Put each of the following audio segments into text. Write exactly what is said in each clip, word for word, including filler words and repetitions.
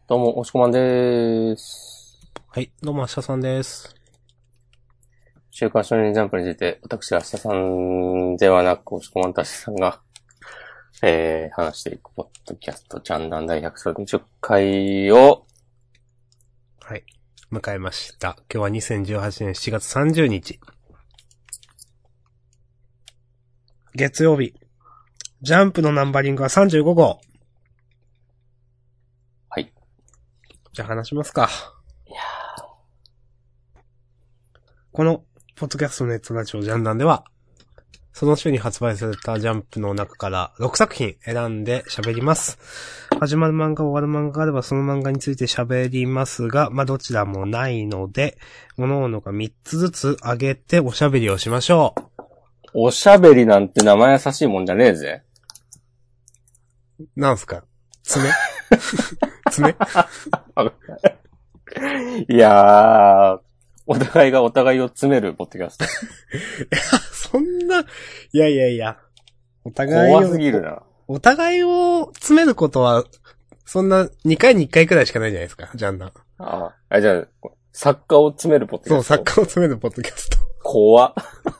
どうも、おしこまんでーす。 はい、どうも、明日さんです。 週刊少年ジャンプについて、私、明日さんではなく、おしこまんと明日さんが、えー、話していくポッドキャスト、ジャンダン第ひゃくさんじゅっかいを、 はい、迎えました。今日はにせんじゅうはちねんしちがつさんじゅうにち。月曜日。ジャンプのナンバリングはさんじゅうごごう。 はい。 じゃあ話しますか。 いやこの、ポッドキャストネットラジオジャンダンでは、その週に発売されたジャンプの中からろくさくひん選んで喋ります。始まる漫画終わる漫画があればその漫画について喋りますが、まあ、どちらもないので、各々がみっつずつ上げておしゃべりをしましょう。 おしゃべりなんて生優しいもんじゃねえぜ。 なんすか爪爪いやー、お互いがお互いを詰めるポッドキャスト。 いや、そんな、いやいやいや。お互いを。 怖すぎるな。 お互いを詰めることは、そんなにかいにいっかいくらいしかないじゃないですか、ジャンダン。 ああ。あ、じゃあ、作家を詰めるポッドキャスト。 そう、作家を詰めるポッドキャスト。 怖っ。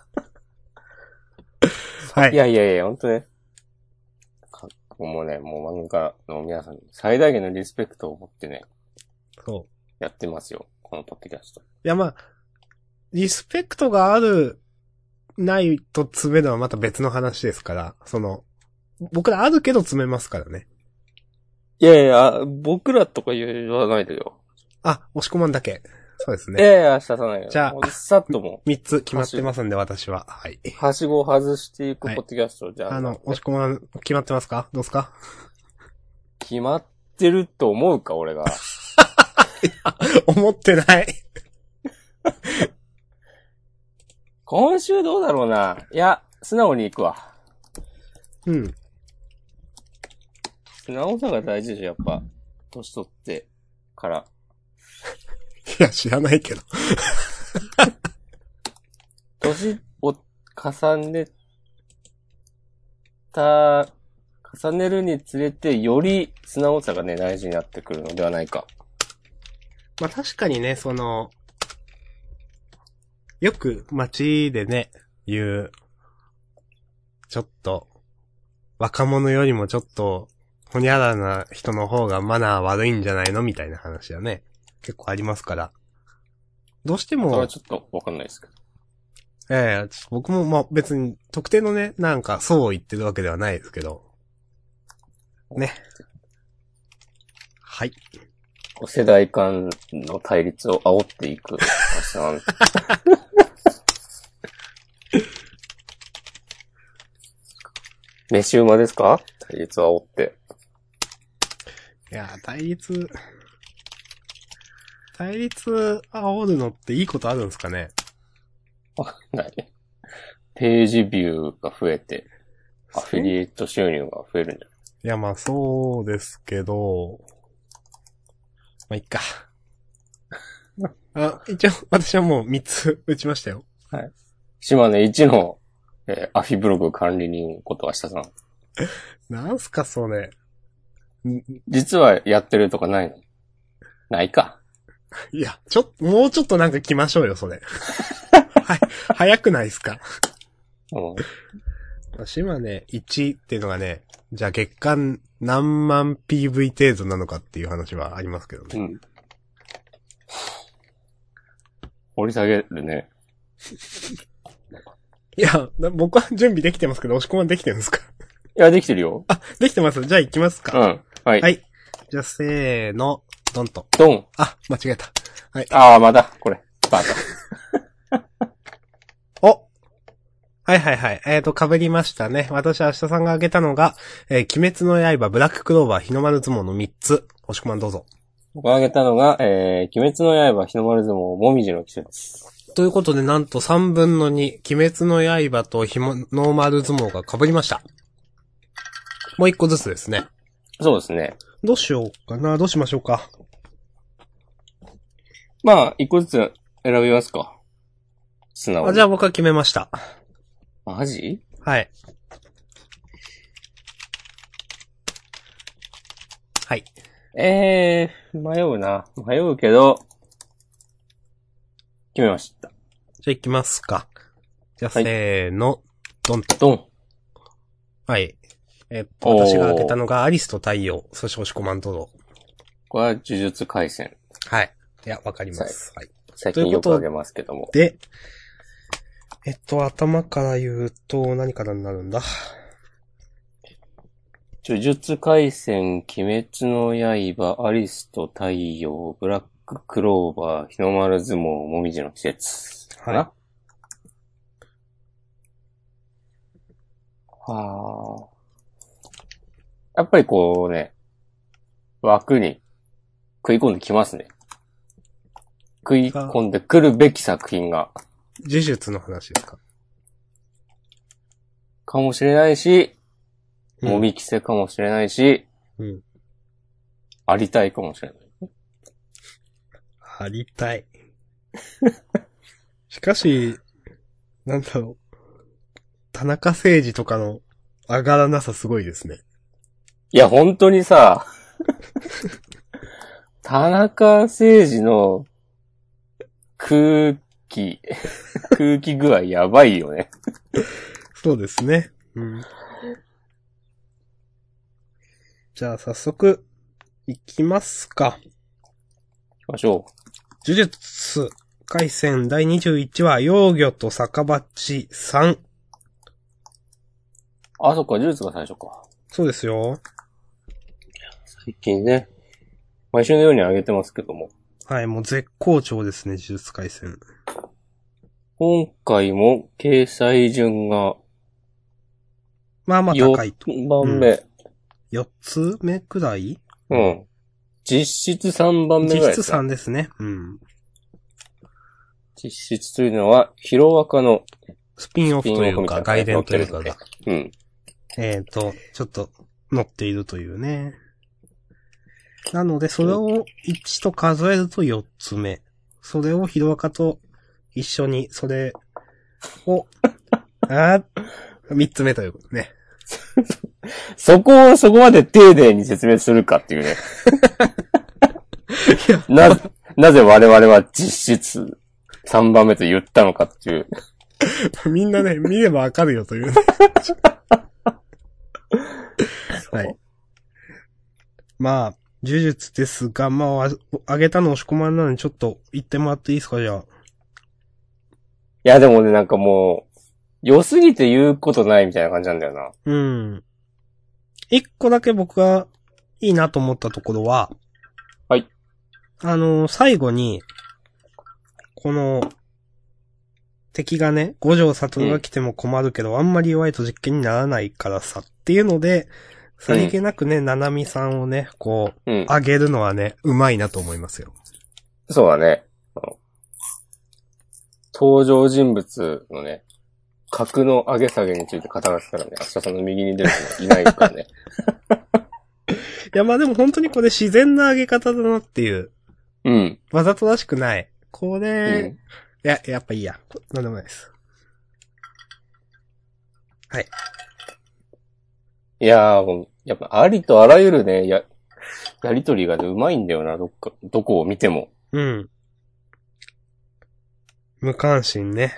はい。 いやいやいや、ほんとね。もうね、もう漫画の皆さんに最大限のリスペクトを持ってね。 そう。 やってますよ。このポッドキャスト。 いや、まあ、リスペクトがある、ないと詰めるのはまた別の話ですから、その、僕らあるけど詰めますからね。 いやいや、僕らとか言わないでよ。 あ、押し込まんだけ。そうですね。 いやいや、明日さないよ。 じゃあもうさっとも。 みっつ決まってますんで、私は。はい。 はしごを外していくポッドキャストじゃあ、 あの、押し込まん決まってますか？どうすか？ 決まってると思うか、俺が。 思ってない。 今週どうだろうな。いや、素直に行くわ。 うん。 素直さが大事でしょ、やっぱ。年取ってから。 いや、知らないけど。 年を重ねた、重ねるにつれて、より素直さがね、大事になってくるのではないか。 まあ確かにね、その、よく街でね、言う、ちょっと、若者よりもちょっと、ほにゃららな人の方がマナー悪いんじゃないのみたいな話はね、結構ありますから。どうしても、 それはちょっとわかんないですけど。 ええ僕もまあ別に特定のね、なんかそう言ってるわけではないですけど。ね。はい。 世代間の対立を煽っていく。飯馬ですか？対立を煽って。 いや、対立、対立煽るのっていいことあるんですかね？ わかんない。ページビューが増えて、アフィリエイト収入が増えるんじゃない？ いや、まあそうですけど、まあいっか。あ、一応私はもうみっつ打ちましたよ。 はい。島根一の、えー、アフィブログ管理人こと明日さん。 なんすかそれ。 実はやってるとかないの？ないか。 いや、ちょっと、もうちょっとなんか来ましょうよ、それ。はい、早くないですか？ うん。 島根いちっていうのがね、じゃあ月間何万 ピーブイ 程度なのかっていう話はありますけどね。 うん。掘り下げるね。 いや、僕は準備できてますけど、押し込まんできてるんですか？ いや、できてるよ。 あ、できてます。じゃあ行きますか。 うん。はい。 はい。じゃあせーの、ドンと。 ドン。 あ、間違えた。はい。 ああ、まだ、これ。バカ。 おはいはいはい。えーと、被りましたね。私、明日さんが挙げたのが、えー、鬼滅の刃、ブラッククローバー、日の丸相撲のみっつ。押し込まんどうぞ。 僕が挙げたのが、えー、鬼滅の刃、日の丸相撲、もみじの季節。 ということで、なんとさんぶんのに、鬼滅の刃と日の丸相撲が被りました。もう一個ずつですね。 そうですね。 どうしようかな。どうしましょうか。 まあ、一個ずつ選びますか。素直に。 あ、じゃあ僕は決めました。 マジ？ はい。はい。 えー、迷うな。迷うけど、決めました。 じゃあ行きますか。じゃあ、 はいせーの、ドンと。 ドン。 はい。えっと、私が開けたのがアリスと太陽、そして押し込まんとろ。 これは呪術廻戦。 はい。いや、わかります。はい。 最近よくあげますけども。 で、えっと、頭から言うと、何からになるんだ。 呪術廻戦、鬼滅の刃、アリスと太陽、ブラッククローバー、日の丸相撲、もみじの季節。かな、はい、はあ。やっぱりこうね、枠に食い込んできますね。食い込んでくるべき作品が。 呪術の話ですか？ かもしれないし、もみきせかもしれないし、 うん。 ありたいかもしれない。 ありたい。しかし、なんだろう。田中誠二とかの上がらなさすごいですね。 いや、本当にさ、田中誠二の空気、空気具合やばいよね。 そうですね。うん。じゃあ早速、いきますか。 行きましょう。 呪術廻戦だいにじゅういちわ、幼魚と酒鉢さん。 あ、そっか、呪術が最初か。 そうですよ。 最近ね、毎週のように上げてますけども。 はい、もう絶好調ですね、呪術廻戦。 今回も掲載順が、 まあまあ高いと。 よんばんめ。 よっつめくらい？ うん。実質さんばんめぐらいですか。 実質さんですね。うん。 実質というのは、ヒロアカのスピンオフというか、外伝というかが。 うん。 えっと、ちょっと、載っているというね。なので、それをいちと数えるとよっつめ。それをヒロアカと一緒に、それを、あみっつめということね。 そこをそこまで丁寧に説明するかっていうね。な、なぜ我々は実質さんばんめと言ったのかっていう。 みんなね、見ればわかるよというね。はい。まあ、呪術ですが、まあ、あげたの押し込まんなのにちょっと言ってもらっていいですか、じゃあ。いや、でもね、なんかもう、良すぎて言うことないみたいな感じなんだよな。 うん。一個だけ僕がいいなと思ったところは、 はい。 あのー、最後に、この、敵がね、五条悟が来ても困るけど、うん、あんまり弱いと実験にならないからさ、っていうので、さりげなくね、ななみさんをね、こう、うん、上げるのはね、うまいなと思いますよ。 そうだね。登場人物のね、格の上げ下げについて語らせたらね、明日さんの右に出る人いないからね。 いや、まあでも本当にこれ自然な上げ方だなっていう。 うん。 わざとらしくない。これ、うん、いや、やっぱいいや。なんでもないです。はい。 いやー、やっぱありとあらゆるね、や、やりとりがね、うまいんだよな、どっか、どこを見ても。 うん。無関心ね。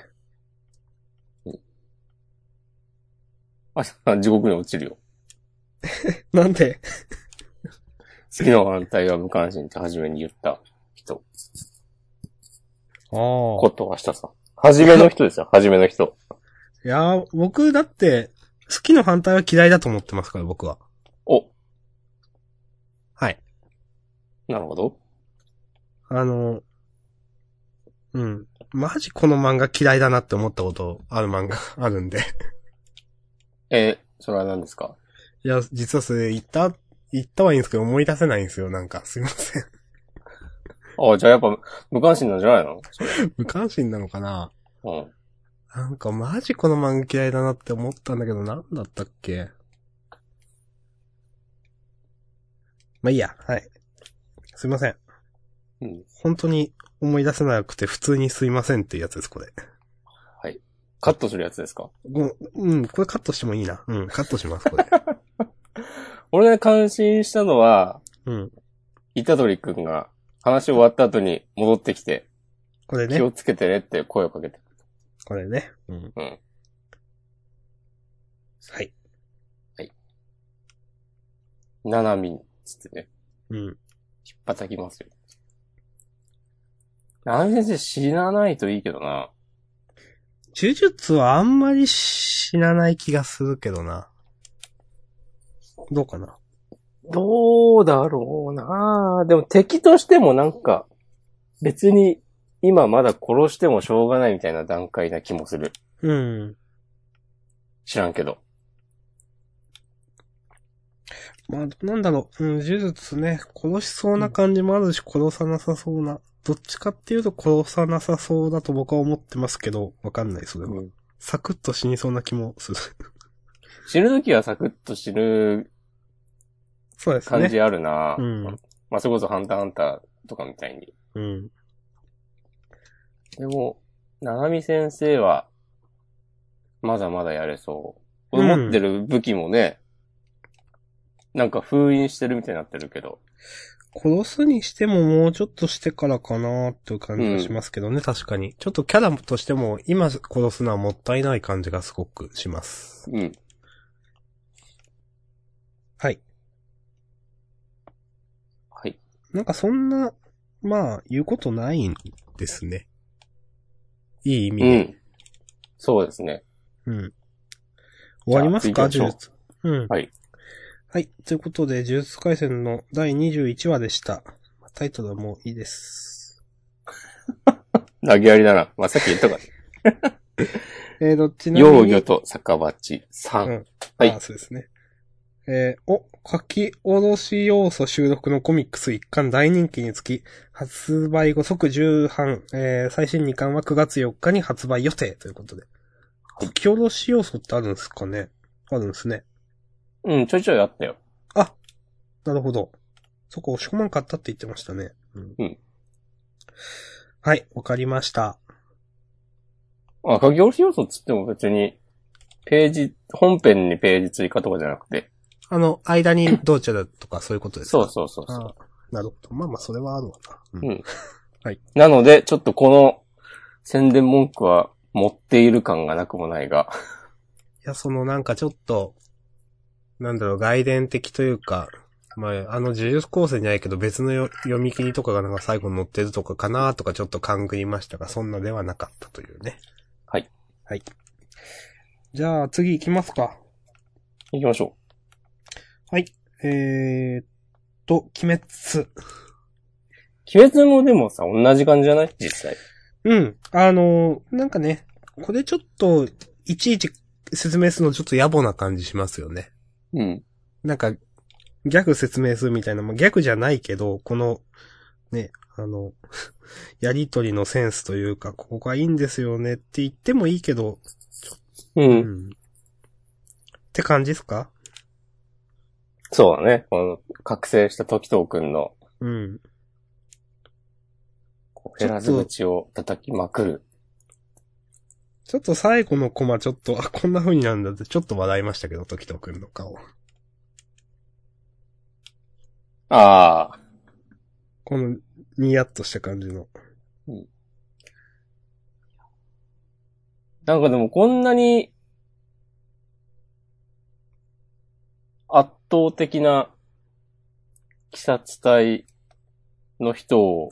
あ、地獄に落ちるよ。 なんで好きの反対は無関心って初めに言った人。 ああ。 ことはしたさ。初めの人ですよ、初めの人。 いやー、僕だって、好きの反対は嫌いだと思ってますから、僕は。 お。 はい。 なるほど。 あの、うん。マジこの漫画嫌いだなって思ったことある漫画あるんで。 えー、それは何ですか？ いや、実はそれ言った、言ったはいいんですけど思い出せないんですよ、なんか。すいません。 ああ、じゃあやっぱ無関心なんじゃないの？ 無関心なのかな？ うん。 なんかマジこの漫画嫌いだなって思ったんだけど、なんだったっけ？まあいいや、はい。すいません。 うん。 本当に思い出せなくて普通にすいませんっていうやつです、これ。 はい。カットするやつですか？ ごうん、これカットしてもいいな。うん、カットします、これ。 俺が感心したのは、 うん。 虎杖くんが話終わった後に戻ってきて、 これね。 気をつけてねって声をかけて。 これね。うん。 うん。 はい。 はい。ななみんつってね。 うん。 引っ叩きますよ。ななみ先生死なないといいけどな。 呪術はあんまり死なない気がするけどな。どうかな。 どうだろうな。でも敵としてもなんか、別に今まだ殺してもしょうがないみたいな段階な気もする。 うん。 知らんけど。 まあ、なんだろう。うん、呪術ね、殺しそうな感じもあるし、殺さなさそうな。どっちかっていうと殺さなさそうだと僕は思ってますけど、わかんない、それは。うん、サクッと死にそうな気もする。 死ぬときはサクッと死ぬそうですね。 感じあるな。 うん。 まあ、それこそハンターハンターとかみたいに。 うん。 でも、ななみ先生は、まだまだやれそう。うん、持ってる武器もね、なんか封印してるみたいになってるけど。 殺すにしてももうちょっとしてからかなーっていう感じがしますけどね、うん、確かに。ちょっとキャラとしても今殺すのはもったいない感じがすごくします。 うん。 はい。 はい。 なんかそんな、まあ、言うことないんですね。いい意味で。うん。 そうですね。 うん。終わりますか、呪術。うん。 はい。 はい。ということで、呪術廻戦のだいにじゅういちわでした。タイトルはもういいです。 投げやりだな。まあ、さっき言ったから。 えー、どっちなみに。 幼魚と酒鉢さん。うん。はい。 あ、そうですね。えー、お、書き下ろし要素収録のコミックスいっかん大人気につき、発売後即重版、えー、最新にかんはくがつよっかに発売予定ということで。書き下ろし要素ってあるんですかね？あるんですね。 うん、ちょいちょいあったよ。 あ、なるほど。そこ、押し込まんかったって言ってましたね。うん。 うん、 はい、わかりました。 あ、書き下ろし要素っつっても別に、ページ、本編にページ追加とかじゃなくて。 あの、間にどうちゃだとかそういうことですか？ そうそうそうそう。 なるほど。まあまあ、それはあるわな。うん。うん、 はい。なので、ちょっとこの宣伝文句は持っている感がなくもないが。 いや、そのなんかちょっと、なんだろう、外伝的というか、まあ、あの、呪術構成じゃないけど別の読み切りとかがなんか最後に載ってるとかかなとかちょっと勘ぐりましたが、そんなではなかったというね。 はい。 はい。じゃあ、次行きますか。 行きましょう。はい。えーっと、鬼滅。 鬼滅もでもさ、同じ感じじゃない？実際。 うん。あのー、なんかね、これちょっと、いちいち説明するのちょっと野暮な感じしますよね。 うん。 なんか、ギャグ説明するみたいな、まあ、ギャグじゃないけど、この、ね、あの、やりとりのセンスというか、ここがいいんですよねって言ってもいいけど、 うん。うん、 って感じですか？ そうだね。この、覚醒した時藤くんの、 うん。 減らず口を叩きまくる。 ちょっと最後のコマちょっと、あ、こんな風になるんだってちょっと笑いましたけど、時藤くんの顔。 ああ。 この、ニヤッとした感じの。 うん。なんかでもこんなに、圧倒的な、鬼殺隊の人を、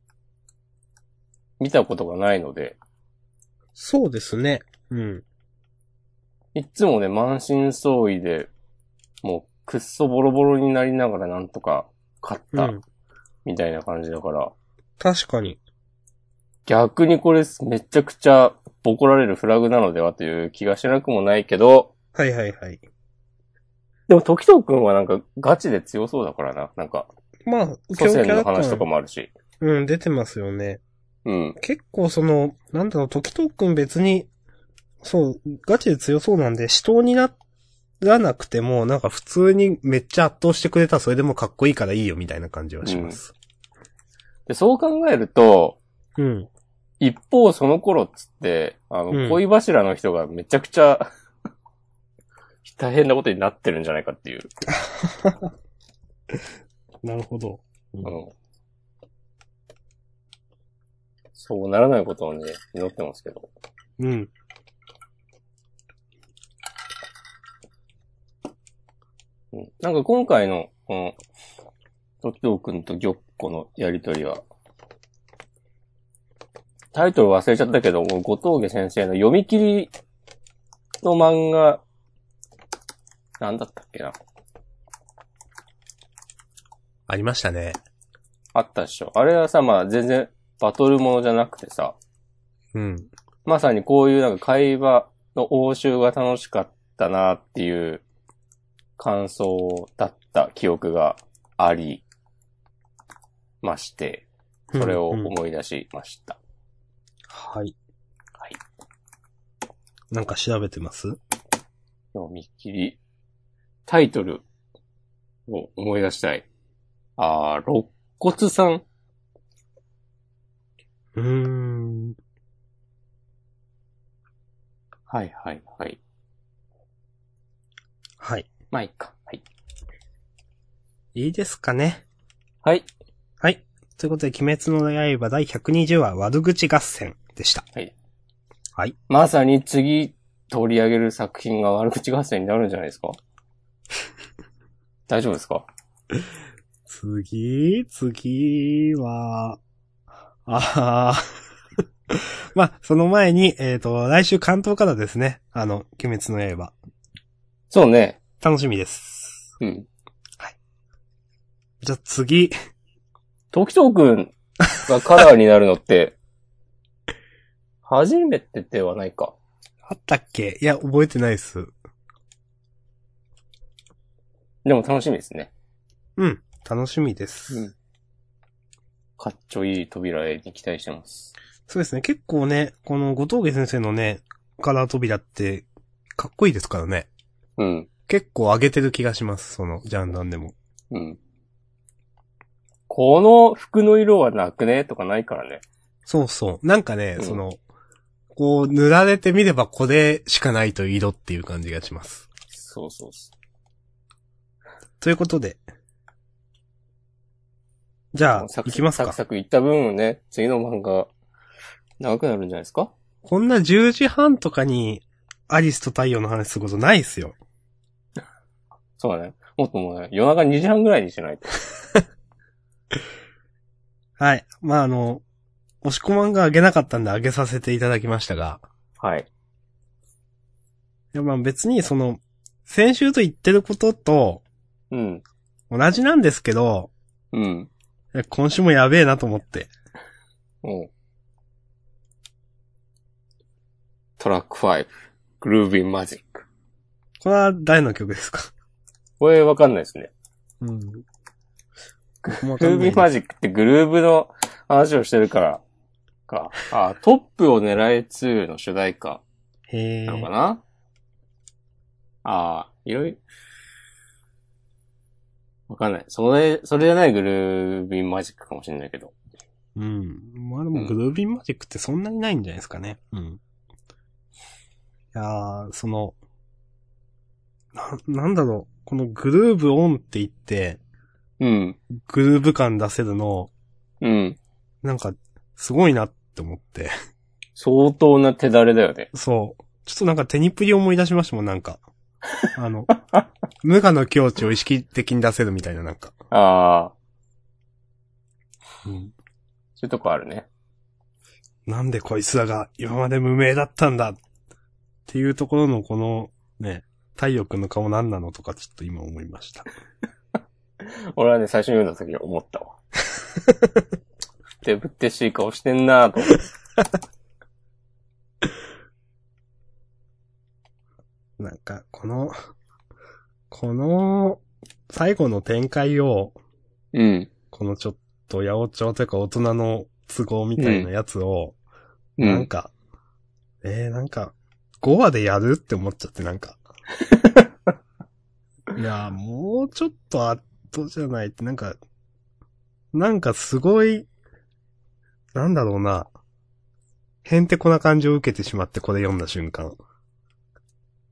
見たことがないので。 そうですね。うん。 いつもね、満身創痍で、もう、くっそボロボロになりながらなんとか勝った、うん、みたいな感じだから。 確かに。 逆にこれめちゃくちゃボコられるフラグなのではという気がしなくもないけど。 はいはいはい。 でも時藤くんはなんかガチで強そうだからな。なんか。 まあ、 祖先の話とかもあるし。 うん、出てますよね。 うん。 結構その、なんだろう、時藤くん別に、そう、ガチで強そうなんで、死闘にならなくても、なんか普通にめっちゃ圧倒してくれたらそれでもかっこいいからいいよみたいな感じはします。 うん、でそう考えると、 うん。 一方その頃っつって、あの、うん、恋柱の人がめちゃくちゃ大変なことになってるんじゃないかっていう。 なるほど。 うん。そうならないことをね、祈ってますけど。 うん。 うん、なんか今回の、この、トッキョウ君とギョッコのやりとりは、タイトル忘れちゃったけど、もう後藤家先生の読み切りの漫画、なんだったっけな。 ありましたね。 あったでしょ。あれはさ、まあ全然バトルものじゃなくてさ、 うん。 まさにこういうなんか会話の応酬が楽しかったなっていう感想だった記憶がありまして、それを思い出しました。うんうん、はい。 はい。 なんか調べてます？ 読み切り。タイトルを思い出したい。あー、肋骨さん。 うーん。 はいはいはい。 はい。 まあいいか。はい。 いいですかね。 はい。 はい。ということで、鬼滅の刃だいひゃくにじゅうわ悪口合戦でした。 はい。 はい。 まさに次取り上げる作品が悪口合戦になるんじゃないですか？大丈夫ですか？ 次、次は、ああ、まあ、その前に、えっと、来週関東からですね、あの、鬼滅の刃。 そうね。 楽しみです。 うん。 はい。じゃあ次。 時藤くんがカラーになるのって、初めてではないか。 あったっけ？いや、覚えてないです。 でも楽しみですね。 うん、楽しみです。うん。 かっちょいい扉絵に期待してます。 そうですね、結構ね、この後藤家先生のね、カラー扉って、かっこいいですからね。 うん。 結構上げてる気がします、その、ジャンダンでも。 うん。この服の色はなくねとかないからね。 そうそう。なんかね、 うん、 その、こう、塗られてみればこれしかないという色っていう感じがします。 そうそうそう。 ということで。じゃあ、行きますか。 サクサクいった分ね、次の漫画、長くなるんじゃないですか？ こんなじゅうじはんとかに、アリスと太陽の話することないっすよ。 そうだね。もっともうね、夜中にじはんぐらいにしないと。 はい。まあ、あの、押し込まんが上げなかったんで上げさせていただきましたが。 はい。 いや、まあ別にその、先週と言ってることと、 うん。 同じなんですけど、 うん。 今週もやべえなと思って。 うん。トラックファイブ、グルービーマジック。 これは誰の曲ですか？ これわかんないですね。 うん。 グルービーマジックってグルーブの話をしてるからか。あ、トップを狙えツーの主題歌へなのかな？ああ、いろいろ。わかんない。それ、それじゃないグルービーマジックかもしれないけど。 うん。まあでもグルービーマジックってそんなにないんじゃないですかね。うん。いやー、その、な、なんだろう。このグルーブオンって言って、 うん。 グルーブ感出せるの、 うん。 なんか、すごいなって思って。 相当な手だれだよね。 そう。ちょっとなんかテニプリ思い出しましたもん、なんか。あの、無我の境地を意識的に出せるみたいな、なんか。 ああ。 うん。 そういうとこあるね。 なんでこいつらが今まで無名だったんだっていうところのこの、ね、太陽くんの顔なんなのとかちょっと今思いました。 俺はね、最初に読んだ時に思ったわ。デブってしい顔してんなぁと思って。 なんか、この、この、最後の展開を、 うん。 このちょっと、八百長というか大人の都合みたいなやつを、 うん、 なんか、えー、なんか、ごわでやるって思っちゃって、なんか。いや、もうちょっと後じゃないって、なんか、なんかすごい、なんだろうな。へんてこな感じを受けてしまって、これ読んだ瞬間。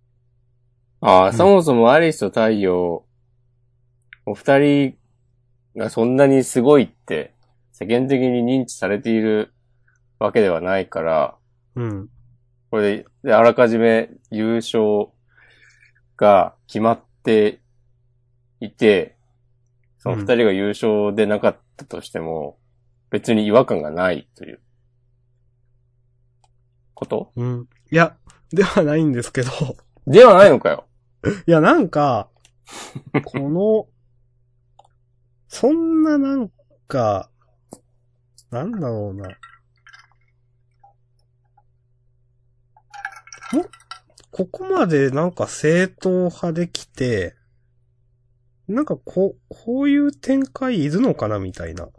ああ、 うん、 そもそもアリスと太陽、お二人がそんなにすごいって世間的に認知されているわけではないから、 うん。 これで、であらかじめ優勝が決まっていて、その二人が優勝でなかったとしても、別に違和感がないということうん。いや、ではないんですけど。 ではないのかよ。 いや、なんか、この、そんななんか、なんだろうな。も、ここまでなんか正統派できて、なんかこう、こういう展開いるのかなみたいな。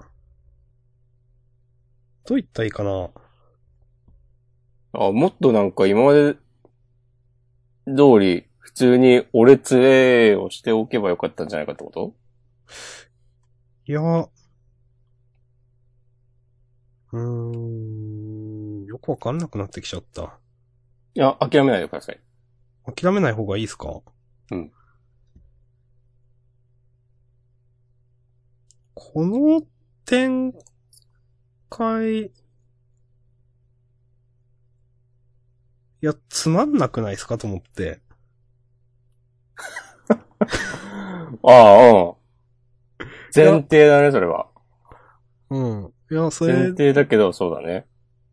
どう言ったらいいかな。 あ、もっとなんか今まで通り普通に俺つえをしておけばよかったんじゃないかってこと？ いや、うーん、よくわかんなくなってきちゃった。 いや、諦めないでください。 諦めない方がいいですか？ うん。 この展開、いや、つまんなくないですかと思って。 ああ、うん。前提だね、それは。 うん。いや、そ前れ、 提だけど、そうだね。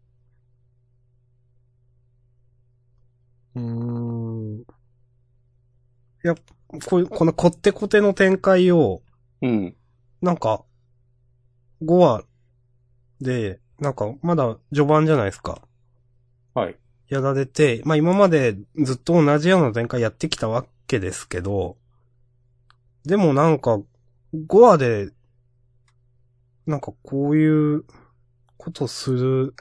うーん。いや、こういう、このこってこての展開を、 うん。 なんか、ごわで、なんか、まだ序盤じゃないですか。 はい。 やられて、まあ今までずっと同じような展開やってきたわけですけど、でもなんか、ごわで、なんかこういうことする、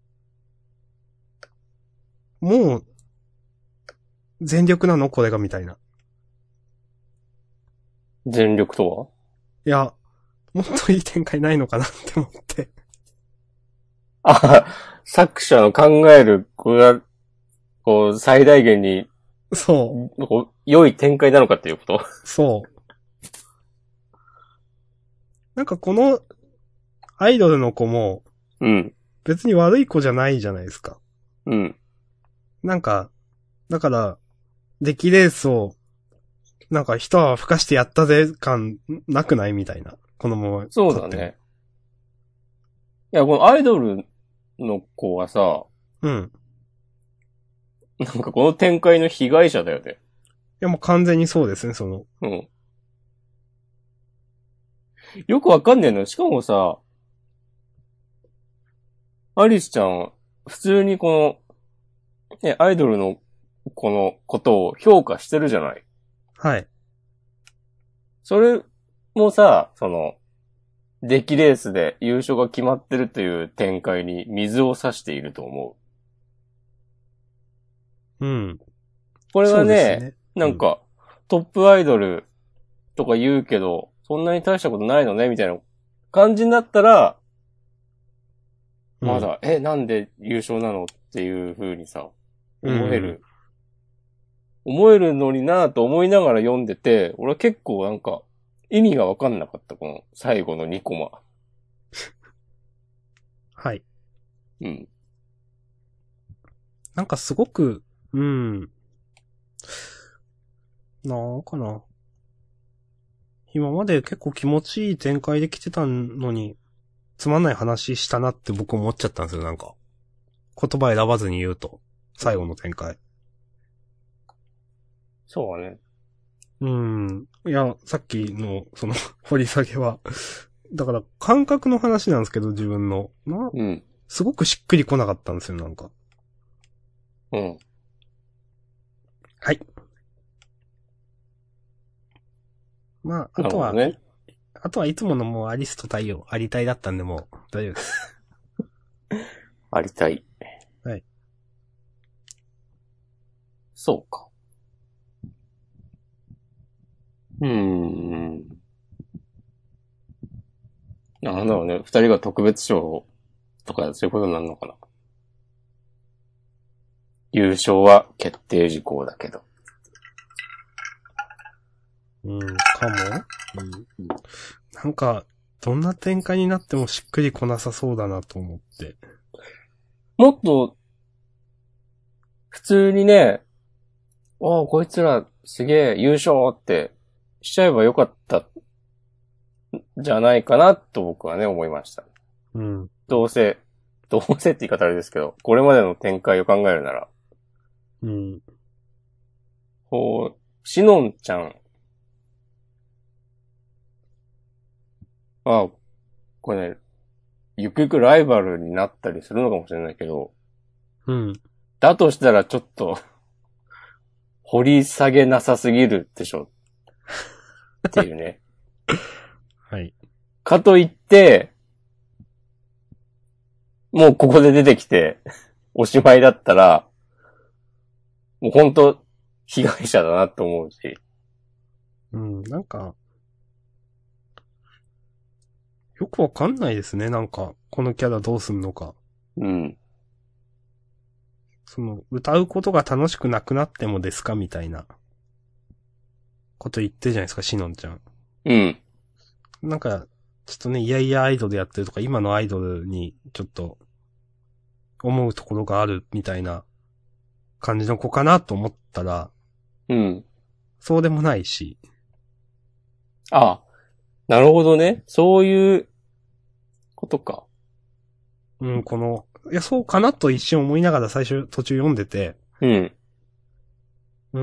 もう、全力なのこれがみたいな。 全力とは？ いや、もっといい展開ないのかなって思って。 あ、作者の考える、これが、こう、最大限に、 そこう良い展開なのかっていうこと？ う、そう。なんかこの、アイドルの子も、 うん。 別に悪い子じゃないじゃないですか。 うん。 なんか、だから、出来レースを、なんか一泡吹かしてやったぜ感なくないみたいな。このまま。 そうだね。いや、このアイドルの子はさ、 うん。 なんかこの展開の被害者だよね。 いやもう完全にそうですね、その。 うん。よくわかんねえの。しかもさ、アリスちゃん、普通にこの、ね、アイドルのこのことを評価してるじゃない。 はい。 それもさ、その、出来レースで優勝が決まってるという展開に水を差していると思う。 うん。 これはそうですね、 ね。 なんか、トップアイドルとか言うけど、そんなに大したことないのねみたいな感じになったら、 うん、 まだ、え、なんで優勝なのっていう風にさ、思える。思えるのになぁと思いながら読んでて、俺は結構なんか、意味がわかんなかった、この最後のにコマ。 はい。 うん。 なんかすごく、うん。なんかな。今まで結構気持ちいい展開で来てたのに、つまんない話したなって僕思っちゃったんですよ、なんか。言葉選ばずに言うと。最後の展開。 そうだね。 うん。いや、さっきの、その、掘り下げは、だから感覚の話なんですけど、自分の。な、 うん。 すごくしっくりこなかったんですよ、なんか。 うん。 はい。まあ、あなるとは、 ほどね。 あとはいつものもうアリスと太陽、ありたいだったんでもう大丈夫です。 ありたい。 はい。 そうか。うーん。なんだろうね。二人が特別賞とかそういうことになるのかな。優勝は決定事項だけど。 うん、かも。うん。なんか、 どんな展開になってもしっくりこなさそうだなと思って。 もっと、普通にね、おーこいつらすげえ優勝ってしちゃえばよかったんじゃないかなと僕はね思いました。 うん。 どうせ、どうせって言い方あれですけど、これまでの展開を考えるなら、 うん。 こう、しのんちゃん、あ、これね、ゆくゆくライバルになったりするのかもしれないけど、 うん。 だとしたらちょっと、掘り下げなさすぎるでしょっていうね。 はい。 かといって、もうここで出てきて、おしまいだったら、もう本当被害者だなと思うし。 うん。なんか、よくわかんないですね。なんか、このキャラどうすんのか。 うん。 その、歌うことが楽しくなくなってもですかみたいな、こと言ってるじゃないですか、しのんちゃん。 うん。 なんか、ちょっとね、いやいやアイドルやってるとか、今のアイドルに、ちょっと、思うところがあるみたいな感じの子かなと思ったら、 うん。 そうでもないし。 ああ、なるほどね。そういうことか。 うん、この、いや、そうかなと一瞬思いながら最初途中読んでて、 うん。 うん。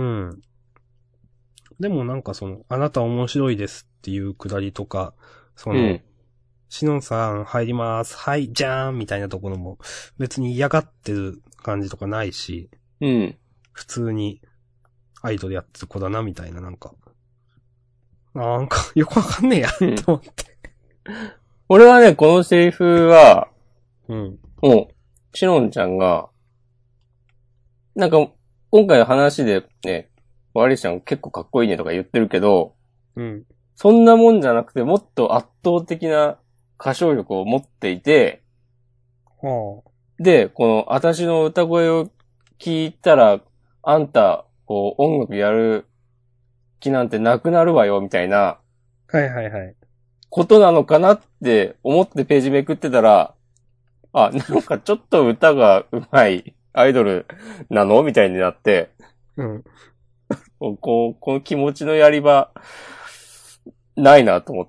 でもなんかその、あなた面白いですっていうくだりとか、その、 うん。 しのんさん入ります。はい、じゃーんみたいなところも別に嫌がってる感じとかないし、 うん。 普通にアイドルやってる子だなみたいななんか、なんかよくわかんねえやうん。 と思って。 俺はね、このセリフは、 うん。 もう、しのんちゃんが、なんか、今回の話でね、ワリちゃん結構かっこいいねとか言ってるけど、 うん。 そんなもんじゃなくてもっと圧倒的な歌唱力を持っていて、 はで、この私の歌声を聞いたら、あんた、こう、音楽やる気なんてなくなるわよ、みたいなあ。はいはいはい。 ことなのかなって思ってページめくってたら、あ、なんかちょっと歌が上手いアイドルなのみたいになって、 うん。 こう、この気持ちのやり場、ないなと思って。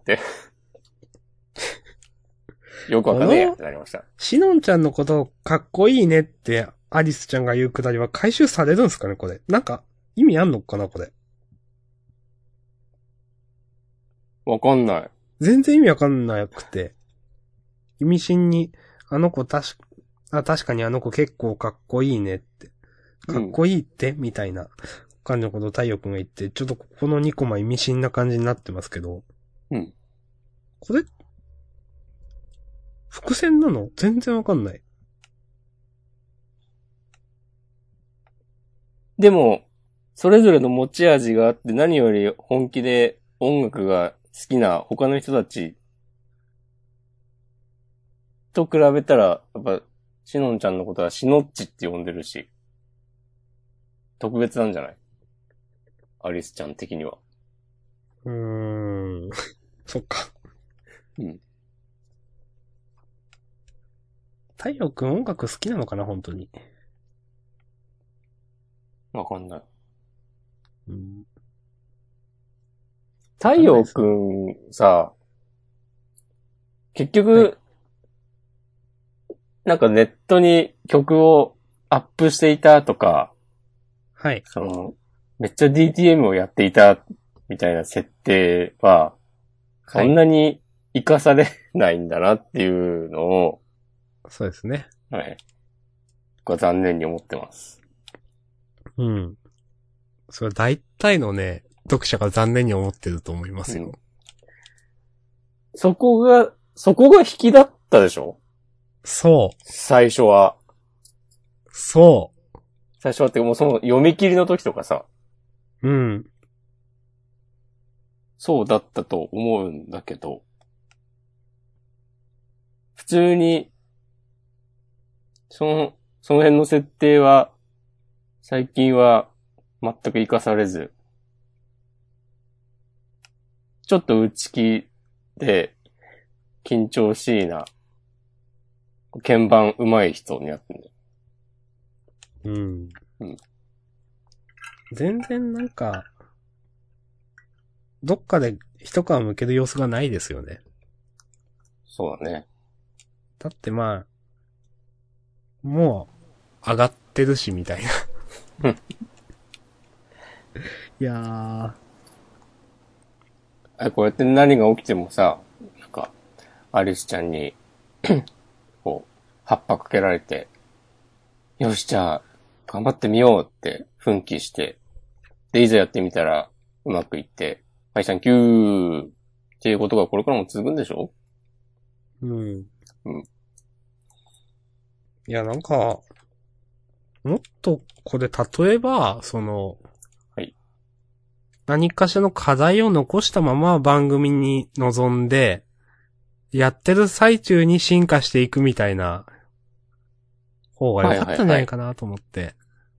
よくわこかんねえやっの、 てなりました。 しのんちゃんのことをかっこいいねってアリスちゃんが言うくだりは回収されるんですかねこれ。なんか、意味あんのかなこれ。 わかんない。 全然意味わかんなくて。意味深に、あの子確か、あ、確かにあの子結構かっこいいねって。かっうん。 こいいってみたいな感じのことを太陽くんが言って、ちょっとここのにコマ意味深な感じになってますけど。 うん。 これ、伏線なの全然わかんない。 でも、それぞれの持ち味があって何より本気で音楽が好きな他の人たちと比べたら、やっぱ、しのんちゃんのことはしのっちって呼んでるし、特別なんじゃない？アリスちゃん的には。 うーん。そっか。 うん。 太陽くん音楽好きなのかな本当に。 わかんない。 うん。 太陽くんさ、結はい。 局、なんかネットに曲をアップしていたとか、 はい。 その、めっちゃ ディーティーエム をやっていたみたいな設定は、そんはい。 なに活かされないんだなっていうのを、 そうですね。 はい。僕は残念に思ってます。 うん。それは大体のね、読者が残念に思ってると思いますよ。 うん。そこが、そこが引きだったでしょ？ そう。 最初は。 そ最初はってもうその読み切りの時とかさ、 う。うん。 そうだったと思うんだけど、普通に、その、その辺の設定は、最近は全く活かされず、ちょっと内気で、 緊張しいな、鍵盤上手い人になってる。 うん。 うん。 全然なんか、どっかで一皮向ける様子がないですよね。 そうだね。 だってまあ、もう、上がってるし、みたいな。 うん。 いやー。 あ、こうやって何が起きてもさ、なんか、アリスちゃんに、こう、葉っぱかけられて、よし、じゃあ、頑張ってみようって奮起して、で、いざやってみたら、うまくいって、はい、サンキューっていうことがこれからも続くんでしょ？ うん。 うん。 いや、なんか、もっと、これ例えば、その、 はい。 何かしらの課題を残したまま番組に臨んで、やってる最中に進化していくみたいな方が良はいかったんじゃはいはい。 ないかなと思って。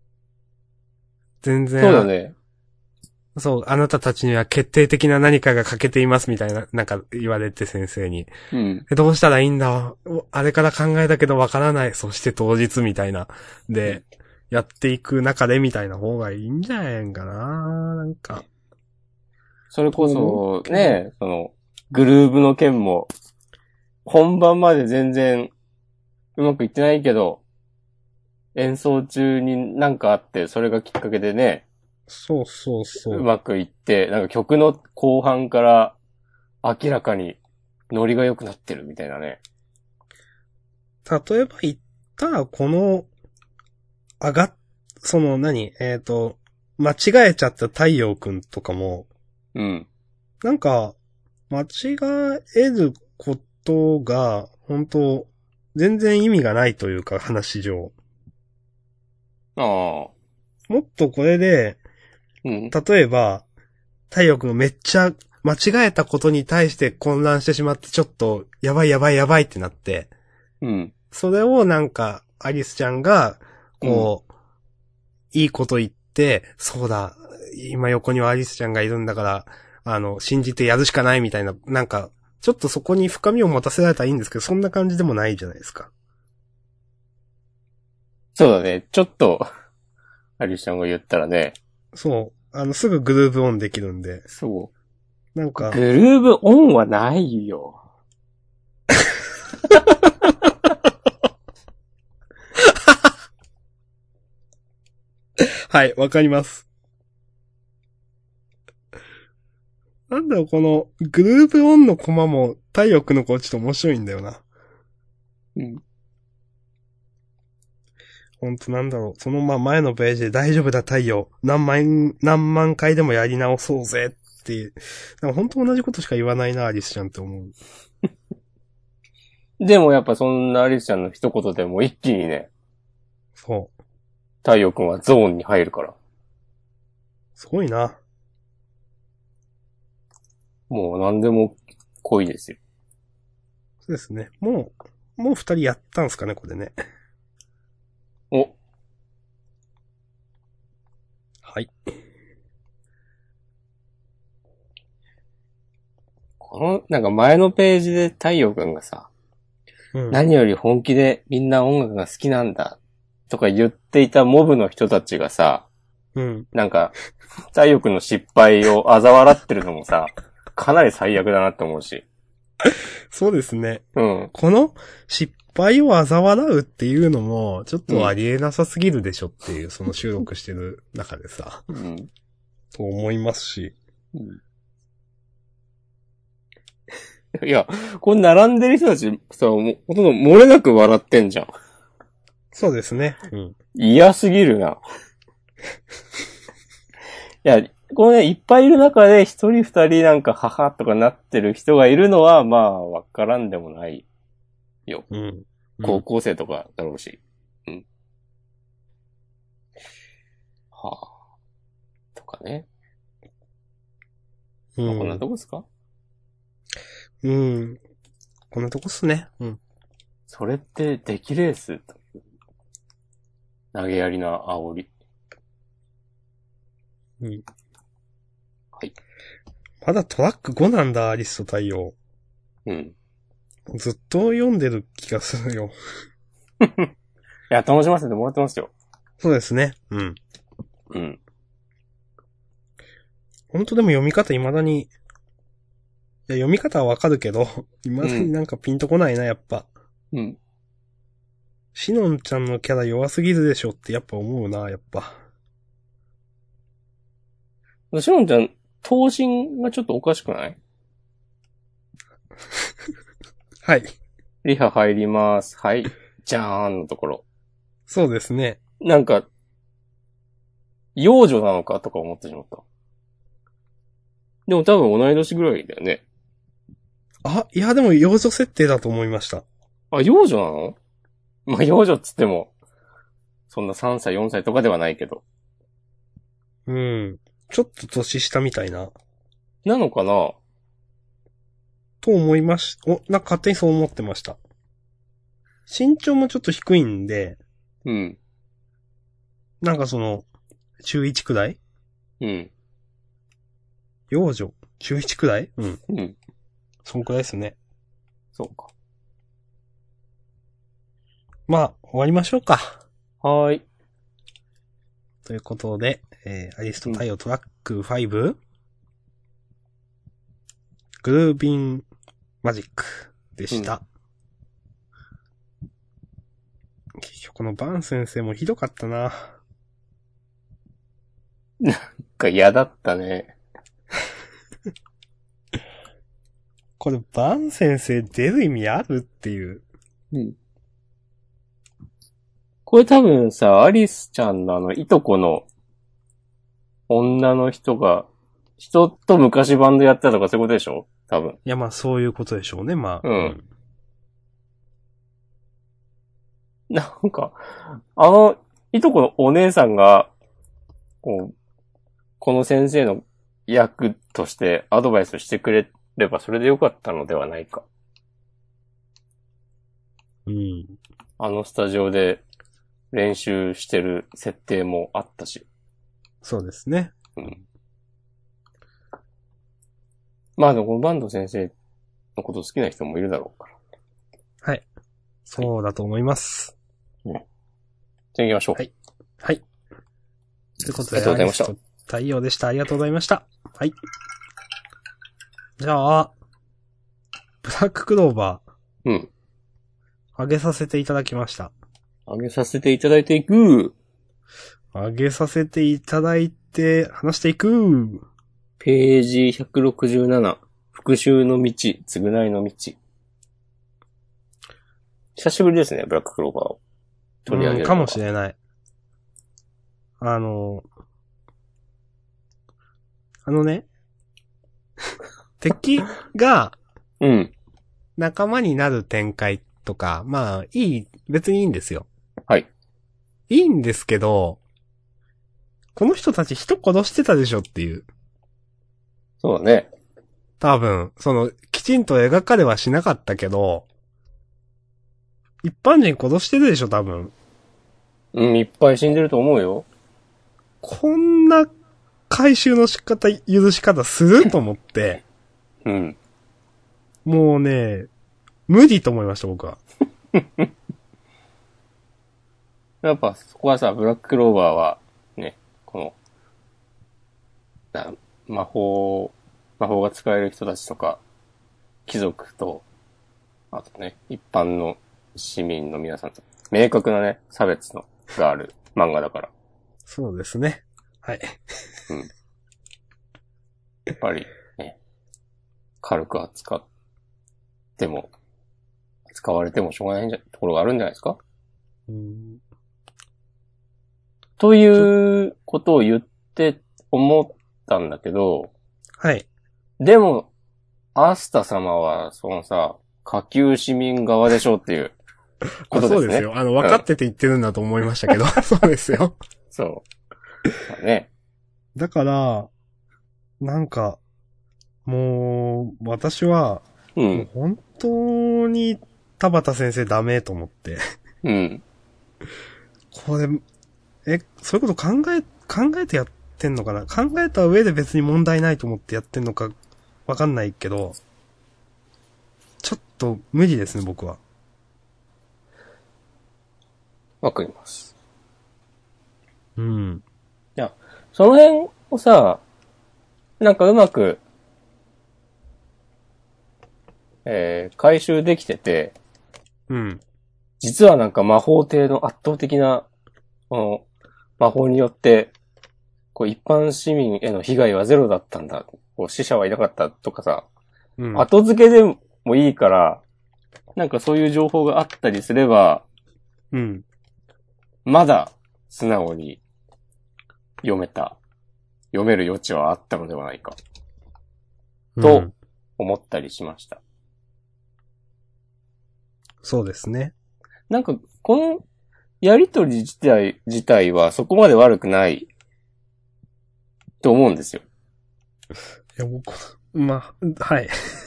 全然、あ、 そうだね。 そう、あなたたちには決定的な何かが欠けていますみたいな、なんか言われて先生に。 うん。 えどうしたらいいんだおあれから考えたけどわからない。そして当日みたいな。で、やっていく中でみたいな方がいいんじゃないかななんか。 それこと思うそ、 けど。 ね、その、グルーブの件も、本番まで全然うまくいってないけど、演奏中になんかあって、それがきっかけでね、 そうそうそう。 うまくいって、なんか曲の後半から明らかにノリが良くなってるみたいなね。 例えば言ったら、この、上がっ、その何えっ、と、間違えちゃった太陽くんとかも、 うん。 なんか、間違えることが、本当全然意味がないというか、話上。 ああ。 もっとこれで、 うん。 例えば、太陽くんがめっちゃ間違えたことに対して混乱してしまって、ちょっと、やばいやばいやばいってなって、 うん。 それをなんか、アリスちゃんが、 うん。 こう、いいこと言って、そうだ、今横にはアリスちゃんがいるんだから、あの、信じてやるしかないみたいな、なんか、ちょっとそこに深みを持たせられたらいいんですけど、そんな感じでもないじゃないですか。 そうだね。ちょっと、アリュシャンが言ったらね、 そう。あの、すぐグルーブオンできるんで。 そう。グなんか、 ルーブオンはないよ。 はい、わかります。なんだろう、この、グルーブオンのコマも、太陽くんの子ちょっと面白いんだよな。 うん。 ほんとなんだろう。そのま、前のページで大丈夫だ太陽。何万、何万回でもやり直そうぜっていう。なんか本当同じことしか言わないな、アリスちゃんって思う。 でもやっぱそんなアリスちゃんの一言でも一気にね、 そう。 太陽くんはゾーンに入るから。 すごいな。 もう何でも恋ですよ。 そうですね。もう、もう二人やったんすかね、これね。 お、 はい。 この、なんか前のページで太陽くんがさ、 うん。 何より本気でみんな音楽が好きなんだとか言っていたモブの人たちがさ、 うん。 なんか、太陽くんの失敗を嘲笑ってるのもさ、かなり最悪だなって思うし。 そうですね。 うん。 この失敗を嘲笑うっていうのも、ちょっうん。 とありえなさすぎるでしょっていう、その収録してる中でさ、 うん。 と思いますし。 うん、いや、これ並んでる人たちさ、もうほとんど漏れなく笑ってんじゃん。 そうですね。うん。 嫌すぎるな。いや、このね、いっぱいいる中で一人二人なんか母とかなってる人がいるのは、まあ、わからんでもないよ。 うん。う高ん。 校生とかだろうし。うん。はあ。とかね。まあ、こんなうん。 とこですか？ うん。こんなとこっすね。うん。 それって出来レース投げやりな煽り。 うん。 はい。 まだトラックごなんだ、アリスと太陽。 うん。 ずっと読んでる気がするよ。 いや、楽しませてもらってますよ。 そうですね。うん。 うん。 本当でも読み方未だに、いや、読み方はわかるけど、未だになんかピンとこないな、やっぱ。 うん。 しのんちゃんのキャラ弱すぎるでしょってやっぱ思うな、やっぱ。 しのんちゃん、頭身がちょっとおかしくない？ はい。 リハ入ります。はい。じゃーんのところ。 そうですね。 なんか、幼女なのかとか思ってしまった。でも多分同い年ぐらいだよね。 あ、いやでも幼女設定だと思いました。 あ、幼女なの？まあ、幼女っつっても、そんなさんさい、よんさいとかではないけど。 うん。ちょっと年下みたいな。 なのかな？ と思いまし、お、なんか勝手にそう思ってました。身長もちょっと低いんで、 うん。 なんかその、中いちくらい？ うん。 幼女中いちくらい？うん。 うん。 そんくらいですね。 そうか。 まあ、終わりましょうか。 はーい。 ということで、えー、アリスト太陽トラックファイブ、グルービンマジックでした。うん、結局このバン先生もひどかったな。 なんか嫌だったね。 これバン先生出る意味あるっていう。 うん。これ多分さ、アリスちゃんのあの、いとこの女の人が、人と昔バンドやったとかそういうことでしょ？多分。 いや、まあそういうことでしょうね、まあ。 うん。なんか、あの、いとこのお姉さんが、こう、この先生の役としてアドバイスしてくれればそれでよかったのではないか。 うん。 あのスタジオで練習してる設定もあったし。 そうですね。 うん。まあでもこのバンド先生のこと好きな人もいるだろうから。 はい。そうだと思います。 うん。じゃあ行きましょう。 はい。はい。ということで、 ありがとうございました。 太陽でした。ありがとうございました。はい。じゃあ、ブラッククローバー。うん。 あげさせていただきました。 あげさせていただいていく。 あげさせていただいて、話していく。 ページひゃくろくじゅうなな。復讐の道、償いの道。久しぶりですね、ブラッククローバーを取り上げるのかもしれない。あの、あのね、敵が、 うん。 仲間になる展開とか、まあ、いい、別にいいんですよ。 はい。 いいんですけど、この人たち人殺してたでしょっていう。 そうだね。 多分、その、きちんと描かれはしなかったけど、一般人殺してるでしょ、多分。 うん、いっぱい死んでると思うよ。 こんな回収の仕方、許し方すると思って。 うん。 もうね、無理と思いました、僕は。 やっぱそこはさ、ブラッククローバーは、ね、この、な魔法、魔法が使える人たちとか、貴族と、あとね、一般の市民の皆さんと、明確なね、差別のがある漫画だから。 そうですね。はい。 うん。やっぱり、ね、軽く扱っても、使われてもしょうがないんじゃ、ところがあるんじゃないですか？ うん、 ということを言って思ったんだけど、 はい。 でも、アスタ様は、そのさ、下級市民側でしょっていうことですね。 そうですよ。あの、分かってて言ってるんだと思いましたけど、うん、そうですよ。 そう。だね。 だから、なんか、もう、私は、 うん、 もう本当に田畑先生ダメと思って。 うん。 これ、え、そういうこと考え、考えてやってんのかな？考えた上で別に問題ないと思ってやってんのかわかんないけど、ちょっと無理ですね、僕は。 わかります。 うん。 いや、その辺をさ、なんかうまく、えー、回収できてて、 うん。 実はなんか魔法帝の圧倒的な、この、魔法によって、こう一般市民への被害はゼロだったんだ。こう死者はいなかったとかさ、 うん。 後付けでもいいから、なんかそういう情報があったりすれば、 うん。 まだ素直に読めた、読める余地はあったのではないか、とうん、 思ったりしました。 そうですね。 なんか、このやりとり自体、自体はそこまで悪くないと思うんですよ。 いや、僕、まあ、はい。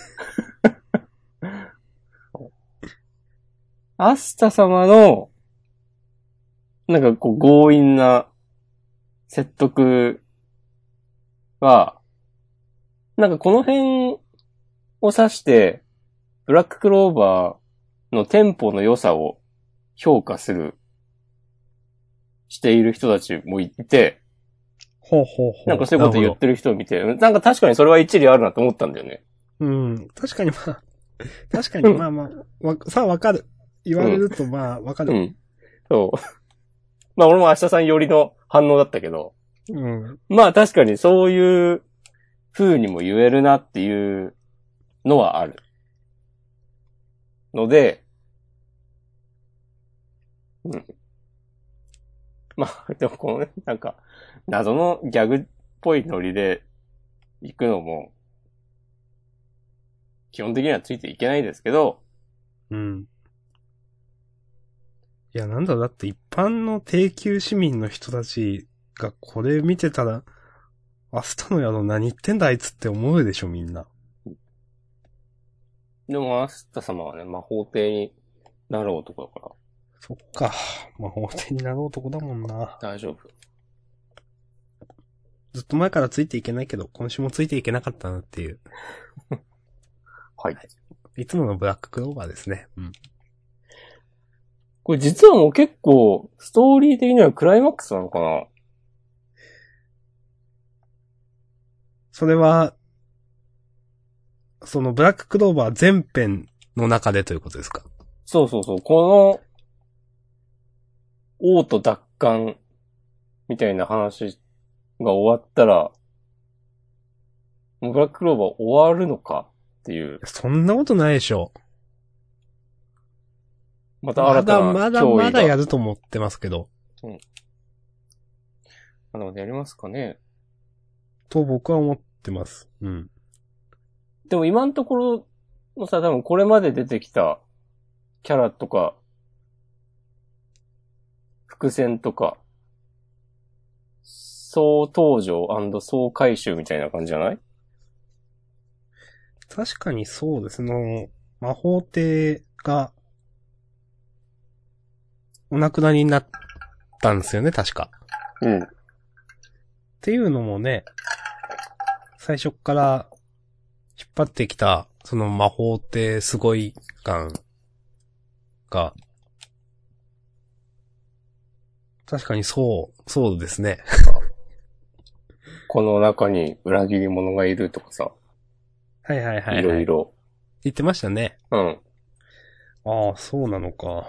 アスタ様の、なんかこう強引な説得は、なんかこの辺を指して、ブラッククローバーのテンポの良さを評価する、している人たちもいて、 ほうほうほう。 なんかそういうこと言ってる人を見て、なんか確かにそれは一理あるなと思ったんだよね。 うん。確かにまあ、確かにまあまあ、わ、さあわかる。言われるとまあわかる。 うん。そう。まあ俺も明日さん寄りの反応だったけど、 うん。 まあ確かにそういう風にも言えるなっていうのはある。ので、うん。まあ、でもこのね、なんか、謎のギャグっぽいノリで行くのも、基本的にはついていけないですけど、 うん。いや、なんだろう、だって一般の低級市民の人たちがこれ見てたら、アスタの野郎何言ってんだあいつって思うでしょ、みんな。 でもアスタ様はね、魔法帝になる男だから、 そっか。魔法帝になる男だもんな。 大丈夫。 ずっと前からついていけないけど、今週もついていけなかったなっていう。 はい。 いつものブラッククローバーですね。うん。 これ実はもう結構、ストーリー的にはクライマックスなのかな？ それは、そのブラッククローバー全編の中でということですか？ そうそうそう。この、王都奪還みたいな話が終わったら、もうブラッククローバー終わるのかっていう。 そんなことないでしょ。 またまだ新たなまだ脅威が。 まだやると思ってますけど。 うん。なのでやりますかね。 と僕は思ってます。うん。 でも今のところのさ、多分これまで出てきたキャラとか、伏線とか、総登場&総回収みたいな感じじゃない？ 確かにそうですね。魔法帝が、お亡くなりになったんですよね、確か。 うん。 っていうのもね、最初から引っ張ってきた、その魔法帝すごい感が、確かにそう、そうですね。 この中に裏切り者がいるとかさ、 はいはいはい、はい。 いろいろ。 言ってましたね。 うん。 ああ、そうなのか。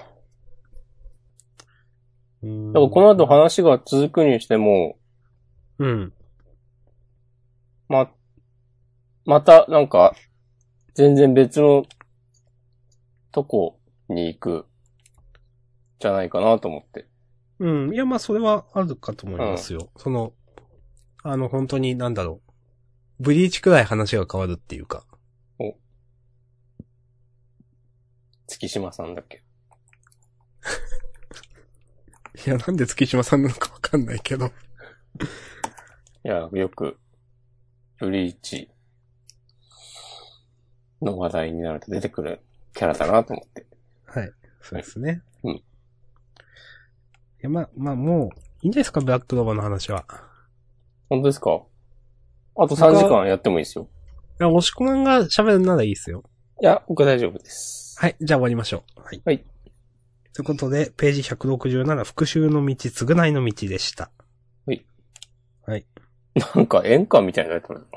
うーん。 だからこの後話が続くにしても、 うん。 ま、またなんか、全然別のとこに行く、じゃないかなと思って。 うん。いや、まあ、それはあるかと思いますよ。うん、その、あの、本当になんだろう。ブリーチくらい話が変わるっていうか。 お。月島さんだっけ？ いや、なんで月島さんなのかわかんないけど。 いや、よく、ブリーチの話題になると出てくるキャラだなと思って。 はい。そうですね。 はい、うん。 いや、まあ、まあ、もう、いいんじゃないですか、ブラッククローバーの話は。 本当ですか？あとさんじかんやってもいいですよ。 いや、押し込まんが喋るならいいですよ。 いや、僕は大丈夫です。 はい。じゃあ終わりましょう。はい。 はい。 ということで、ページひゃくろくじゅうなな、復讐の道、償いの道でした。 はい。 はい。 なんか演歌みたいなやつなの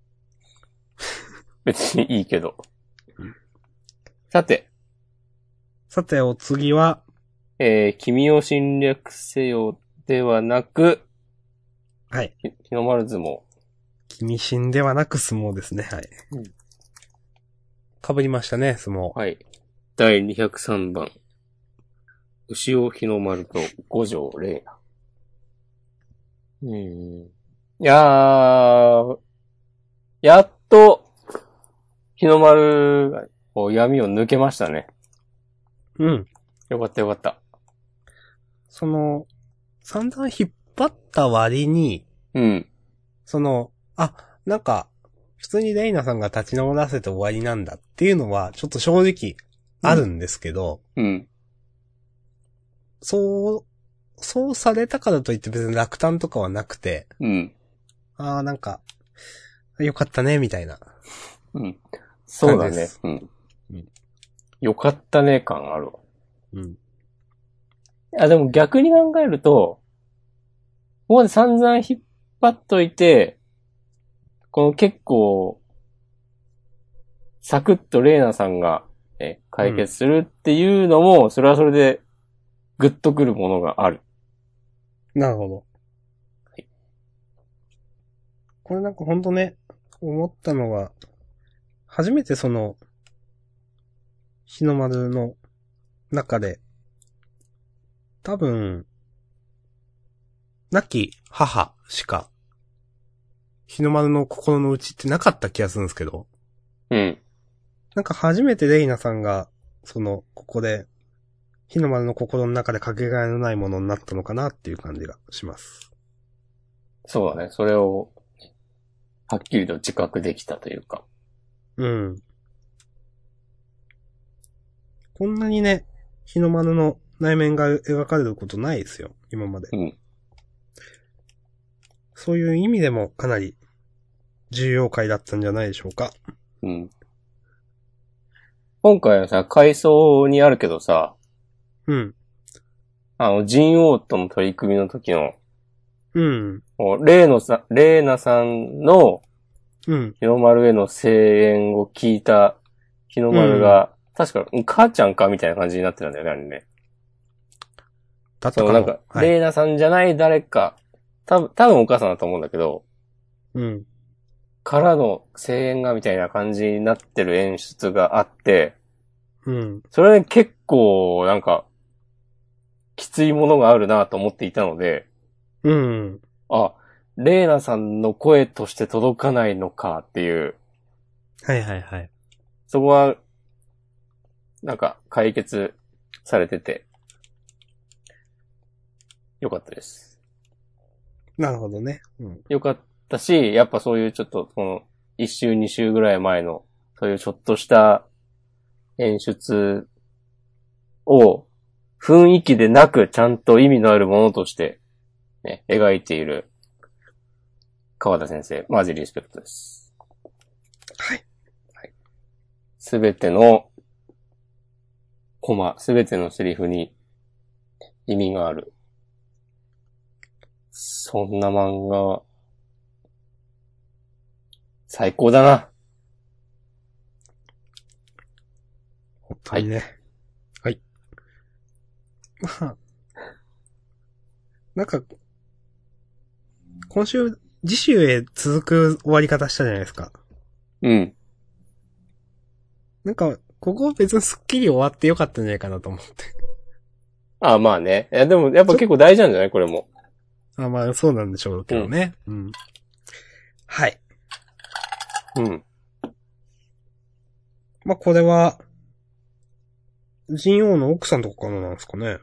別にいいけど。さて。 さて、お次は、 えー、君を侵略せよではなく、 はい。 日の丸相撲。 君神ではなく相撲ですね。はい。 うん。 被りましたね、相撲。 はい。だいにひゃくさんばん。牛尾日の丸と五条玲奈。うん。いやー、やっと、日の丸がこう闇を抜けましたね。 うん。 よかったよかった。 その、散々引っ張った割に、 うん。 その、あ、なんか、普通にレイナさんが立ち直らせて終わりなんだっていうのは、ちょっと正直あるんですけど、 うん。 そう、そうされたからといって別に落胆とかはなくて、 うん。 ああ、なんか、よかったね、みたいな。 うん。そうだね。 感じです。 うん。 うん。 よかったね感あるわ。 うん。 あ、でも逆に考えると、ここで散々引っ張っといて、この結構、サクッとレイナさんが、ね、解決するっていうのも、それはそれで、グッとくるものがある。 なるほど。 はい。 これなんかほんとね、思ったのは、初めてその、日の丸の中で、多分、亡き母しか、日の丸の心の内ってなかった気がするんですけど、 うん。 なんか初めてレイナさんが、その、ここで、日の丸の心の中でかけがえのないものになったのかなっていう感じがします。 そうだね。それを、はっきりと自覚できたというか。 うん。こんなにね、日の丸の内面が描かれることないですよ、今まで。 うん。 そういう意味でもかなり重要回だったんじゃないでしょうか。 うん。今回はさ、回想にあるけどさ、 うん。 あの、ジンオーとの取り組みの時の、 うん。 レイノさん、レイナさんのうん。 日の丸への声援を聞いた日の丸が、うん、確か、母ちゃんかみたいな感じになってたんだよね、あれね。 だったかも。 そう、なんか、 はい、 レイナさんじゃない誰か、多分、多分お母さんだと思うんだけど、 うん。 からの声援がみたいな感じになってる演出があって、 うん。 それ結構、なんか、きついものがあるなと思っていたので、 うん。 あ、レイナさんの声として届かないのかっていう。 はいはいはい。 そこは、なんか解決されてて、よかったです。 なるほどね。うん。 よかったし、やっぱそういうちょっと、この、一週二週ぐらい前の、そういうちょっとした演出を、雰囲気でなく、ちゃんと意味のあるものとして、ね、描いている、川田先生、マジリスペクトです。 はい。 すべてのコマ、すべてのセリフに意味がある。そんな漫画、最高だな。 本当にね。はい。まあ、なんか、今週、次週へ続く終わり方したじゃないですか。 うん。 なんか、ここ別にスッキリ終わってよかったんじゃないかなと思って。 ああ、まあね。いや、でも、やっぱ結構大事なんじゃないこれも。 あ、まあ、そうなんでしょうけどね。うん。うん、はい。 うん。 まあ、これは、ジンオウの奥さんとかからなんですかね。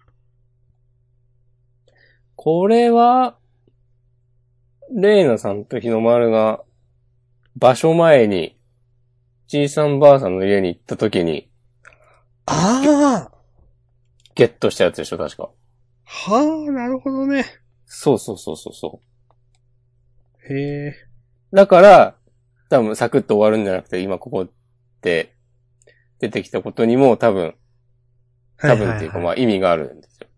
これは、レイナさんと日の丸が、場所前に、じいさんばあさんの家に行った時に、 ああゲットしたやつでしょ、確か。 はあ、なるほどね。 そうそうそうそうそう。 へえ。 だから、多分サクッと終わるんじゃなくて、今ここって、 出てきたことにも多分、多分っていうかはいはいはい、 まあ意味があるんですよ。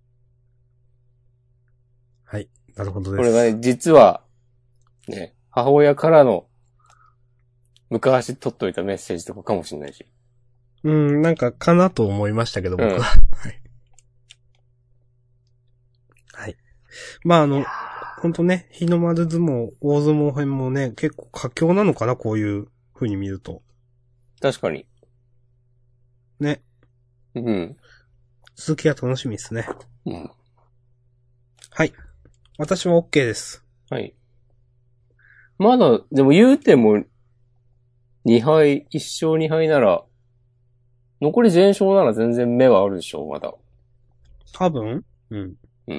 はい。なるほどです。 これがね、実は、ね、母親からの昔取っといたメッセージとかかもしれないし。 うん、なんか、かなと思いましたけど、僕は。 うん、 はい。はい。まあ、あの、ほんとね、日の丸相撲、大相撲編もね、結構佳境なのかな、こういう風に見ると。 確かに。 ね。 うん。 続きは楽しみですね。 うん。 はい。私は OK です。 はい。まだ、でも言うても、にはい、いっ勝にはいなら、残り全勝なら全然目はあるでしょう、まだ。 多分うん。 うん。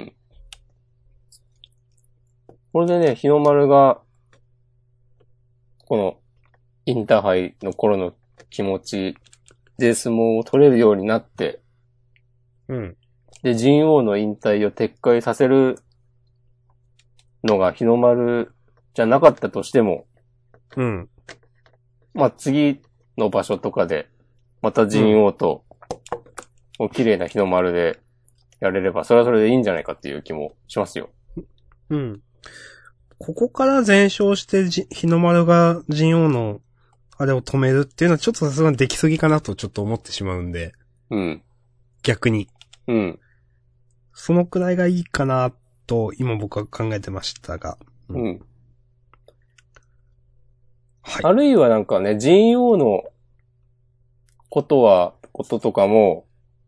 これでね、日の丸が、この、インターハイの頃の気持ちで相撲を取れるようになって、 うん。 で、神王の引退を撤回させるのが日の丸じゃなかったとしても、 うん。 まあ、次の場所とかで、また神王と、綺麗な日の丸でやれれば、それはそれでいいんじゃないかっていう気もしますよ。 うん。ここから全勝してじ、日の丸が神王の、あれを止めるっていうのはちょっとさすがにできすぎかなとちょっと思ってしまうんで。 うん。 逆に。 うん。 そのくらいがいいかなと、今僕は考えてましたが。 うん。うん、 はい。 あるいはなんかね、神王のことは、こととかも、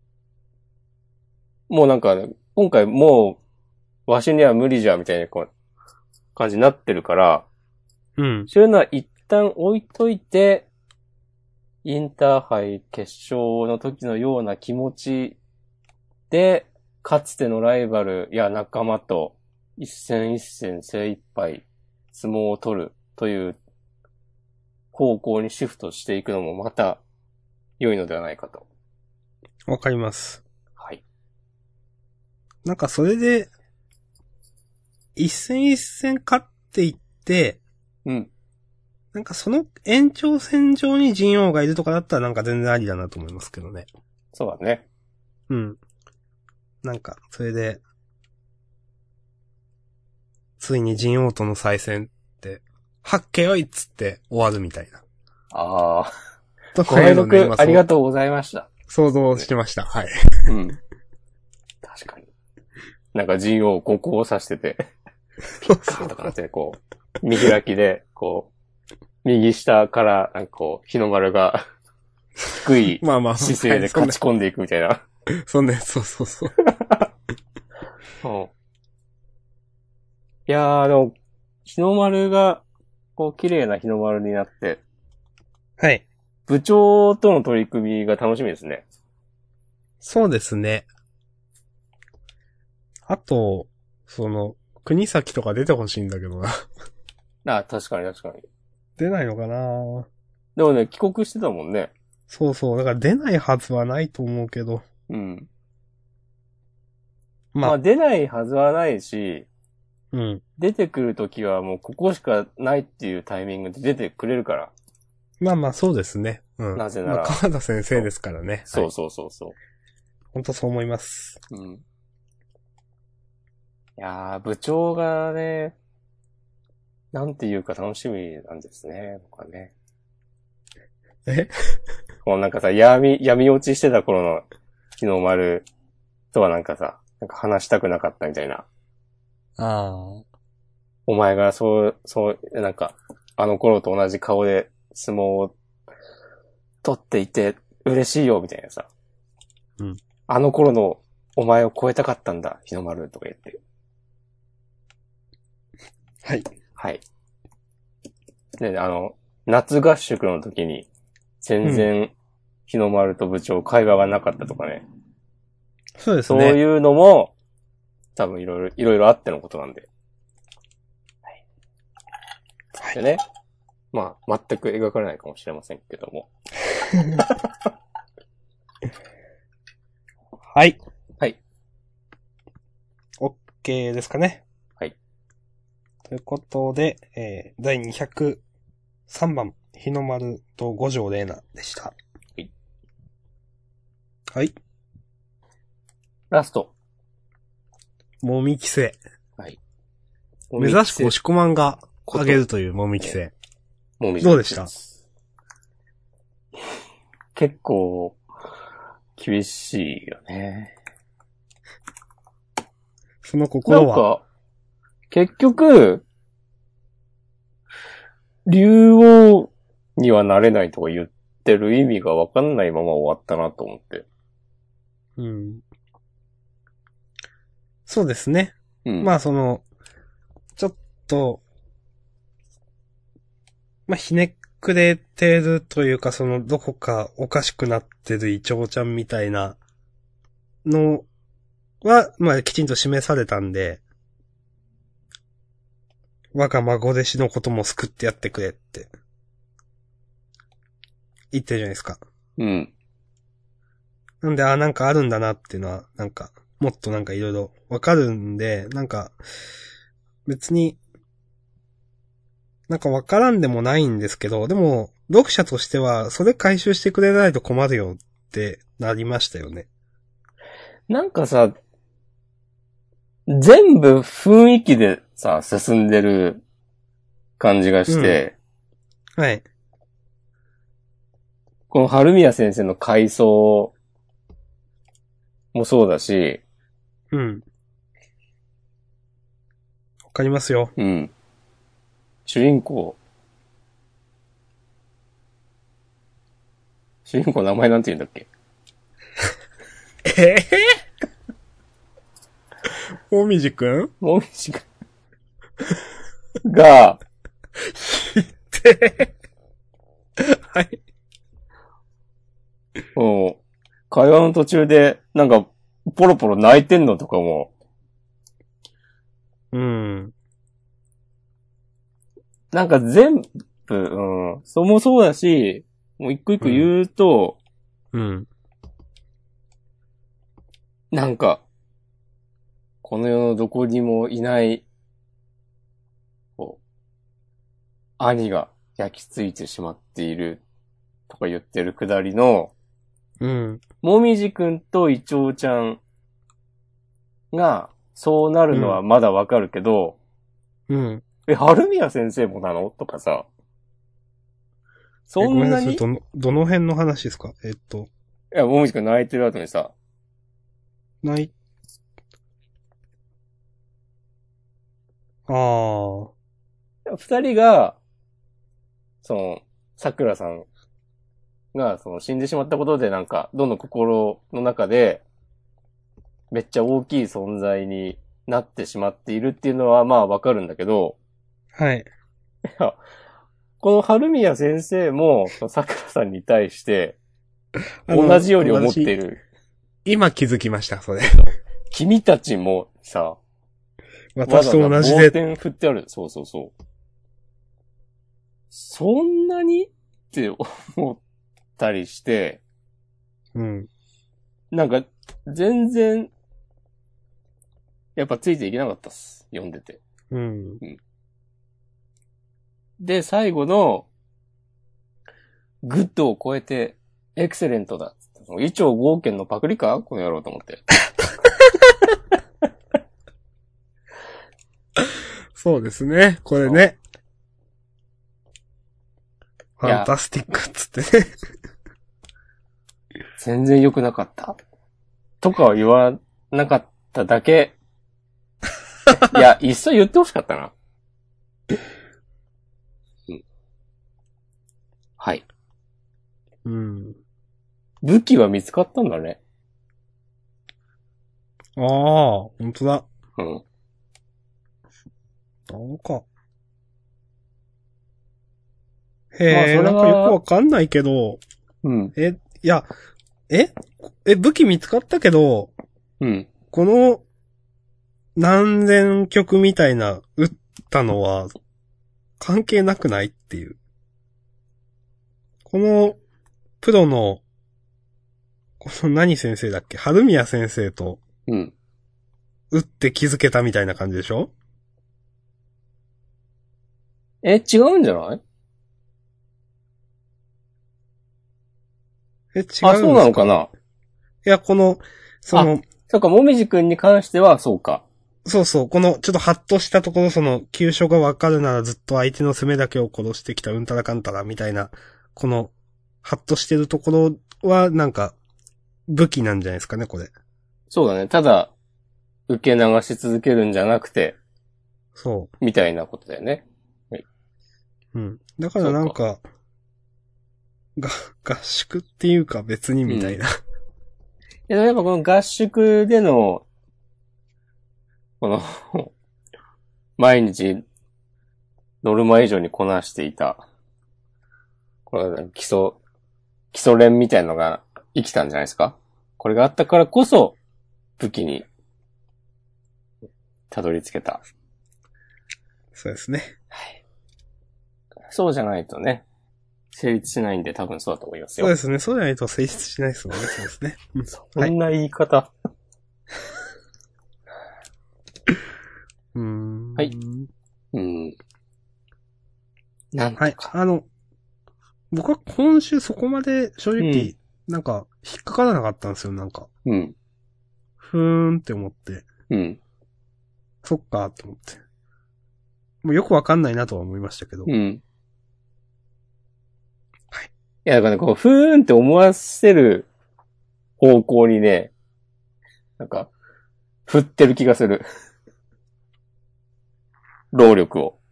もうなんか、ね、今回もう、わしには無理じゃ、みたいな感じになってるから、 うん。 そういうのは一旦置いといて、インターハイ決勝の時のような気持ちで、かつてのライバルや仲間と一戦一戦精一杯相撲を取るという方向にシフトしていくのもまた良いのではないかと。 わかります。 はい。 なんかそれで、一戦一戦勝っていって、 うん。 なんかその延長線上に神王がいるとかだったらなんか全然ありだなと思いますけどね。 そうだね。 うん。なんか、それで、ついに神王との再戦って、はっけよいっつって終わるみたいな。 ああ。 とご拝読ありがう。 とうございました。 想像してました。はい。 うん。確かに。なんか神王五行を指してて、ピッカーとかなってこう、見開きで、こう、右下から、なんかこう、日の丸が、低いまあまあ、 姿勢で勝ち込んでいくみたいな。 そんな、そうそうそう。 うん、いやー、でも、日の丸が、こう、綺麗な日の丸になって、 はい。 部長との取り組みが楽しみですね。 そうですね。あと、その、国崎とか出てほしいんだけどな。 あ、確かに確かに。 出ないのかなでもね、帰国してたもんね。 そうそう。だから出ないはずはないと思うけど。 うん。 まあ、 まあ、出ないはずはないし、 うん。 出てくるときはもうここしかないっていうタイミングで出てくれるから。 まあまあ、そうですね。うん。 なぜならまあ、川田先生ですからね。 そうそうそうそう。 本当そう思います。 うん。いやー、部長がね、なんていうか楽しみなんですね、僕はね。 えこうなんかさ、闇、闇落ちしてた頃の日の丸とはなんかさ、なんか話したくなかったみたいな。 ああ。 お前がそう、そう、なんか、あの頃と同じ顔で相撲を取っていて嬉しいよ、みたいなさ。 うん。 あの頃のお前を超えたかったんだ、日の丸とか言って。 はい。 はい。で、あの、夏合宿の時に、全然、日の丸と部長会話がなかったとかね。 そうですね。 そういうのも、多分いろいろ、いろいろあってのことなんで。はい。 はい。 でね。まあ、全く描かれないかもしれませんけども。 はい。 はい。 OK ですかね。 はい。 ということで、えー、だいにひゃくさんばん、日の丸と五条玲奈でした。 はい。 はい。 ラスト。 もみ規制。 はい。 珍しく押し込まんがあげるというもみ規制。 もみどうでした？ 結構、厳しいよね。 その心は？ なんか、結局、竜王にはなれないとか言ってる意味がわかんないまま終わったなと思って。 うん。そうですね。 うん。 まあその、ちょっと、まあひねくれてるというか、そのどこかおかしくなってるイチョウちゃんみたいなのは、まあきちんと示されたんで、我が孫弟子のことも救ってやってくれって言ってるじゃないですか。 うん。 なんで、あ、なんかあるんだなっていうのは、なんか、もっとなんかいろいろわかるんで、なんか、別に、なんかわからんでもないんですけど、でも、読者としては、それ回収してくれないと困るよってなりましたよね。 なんかさ、全部雰囲気でさ、進んでる感じがして、 うん、はい。 この春宮先生の回想もそうだし、 うん。わかりますよ。 うん。主人公、主人公名前なんて言うんだっけ？ ええー、もみじくんもみじくんが、 ってはい。 もう、会話の途中で、なんか、ポロポロ泣いてんのとかも、 うん。 なんか全部、うん、それもそうだし、もう一個一個言うと、 うん。 なんか、この世のどこにもいない、こう、兄が焼き付いてしまっているとか言ってるくだりの、 うん。 もみじくんといちょうちゃんが、そうなるのはまだわかるけど、 うん。 え、春宮先生もなのとかさ、 え、 そごめんなさい。 んなにいどの、どの辺の話ですか？えっと、 や、もみじくん泣いてる後にさ、 ない、ああ。 二人が、その、桜さんが、その死んでしまったことでなんか、どんどん心の中で、めっちゃ大きい存在になってしまっているっていうのはまあわかるんだけど、 はい。 いや、この春宮先生も、桜さんに対して、同じように思っている。 今気づきました、それ。 君たちもさ、 私と同じで。 わざわざ棒点振ってある。そうそうそう。そんなにって思ったりして、 うん。 なんか、全然、やっぱついていけなかったっす。読んでて。 うん。 うん、で、最後の、グッドを超えて、エクセレントだ。一丁合剣のパクリかこの野郎と思って。 そうですね。これね。フいやァンタスティックっつってね。 全然良くなかった。とかは言わなかっただけ。いや、いっそ言ってほしかったな。うん。はい。 うん。 武器は見つかったんだね。 ああ、本当だ。 うん。 なんか。へえ、 まあそれはなんかよくわかんないけど。 うん。 え、いや、ええ、武器見つかったけど、 うん。 この何千曲みたいな撃ったのは関係なくないっていう。このプロの、この何先生だっけ春宮先生とうん。 撃って気づけたみたいな感じでしょ？ え、違うんじゃない？ え、違うんですか？ あ、そうなのかな？ や、この、その、 そうか、もみじくんに関しては、そうか。 そうそう、この、ちょっとハッとしたところ、その、急所がわかるならずっと相手の攻めだけを殺してきたうんたらかんたらみたいな、この、ハッとしてるところは、なんか、武器なんじゃないですかね、これ。 そうだね。ただ、受け流し続けるんじゃなくて、 そみたいなことだよね。 う。うん。だからなんか、が、合宿っていうか別にみたいな。 いや、やっぱこの合宿での、この、毎日、ノルマ以上にこなしていた、これ、基礎、基礎練みたいなのが生きたんじゃないですか？これがあったからこそ、武器に、たどり着けた。 そうですね。 はい。そうじゃないとね、成立しないんで多分そうだと思いますよ。 そうですね。そうじゃないと成立しないですもんね。そうですね。うん、 そんな言い方。はい、 うーん。 はい。うん。なんとか。 はい。あの、僕は今週そこまで正直、 うん、 なんか、引っかからなかったんですよ、なんか。 うん。 ふーんって思って。 うん。 そっかって思って。もうよくわかんないなとは思いましたけど。 うん。はい。いや、だからね、こう、ふーんって思わせる方向にね、なんか、振ってる気がする。労力を。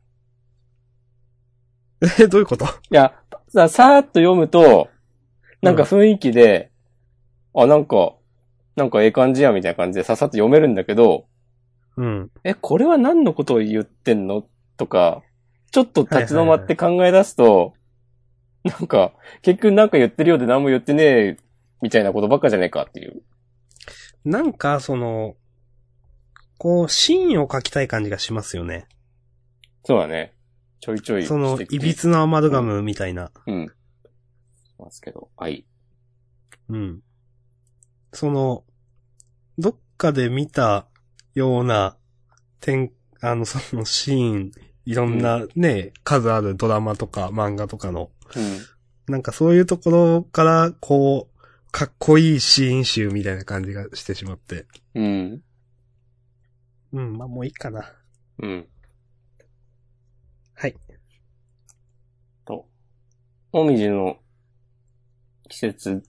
え、どういうこと？ いや、さ、さーっと読むと、なんか雰囲気で、うん、あ、なんか、なんかええ感じやみたいな感じでささっと読めるんだけど、 うん。 え、これは何のことを言ってんのとか、ちょっと立ち止まって考え出すと、はいはいはい、なんか、結局なんか言ってるようで何も言ってねえ、みたいなことばっかじゃねえかっていう。 なんか、その、こう、芯を書きたい感じがしますよね。 そうだね。ちょいちょい。 その、いびつなアマルガムみたいな。 うん。うん。しますけど。はい。 うん。その、どっかで見たような、点、あの、そのシーン、いろんなね、うん、数あるドラマとか漫画とかの、 うん、 なんかそういうところから、こう、かっこいいシーン集みたいな感じがしてしまって。 うん。 うん、まあもういいかな。 うん。 はい。 と、もみじの季節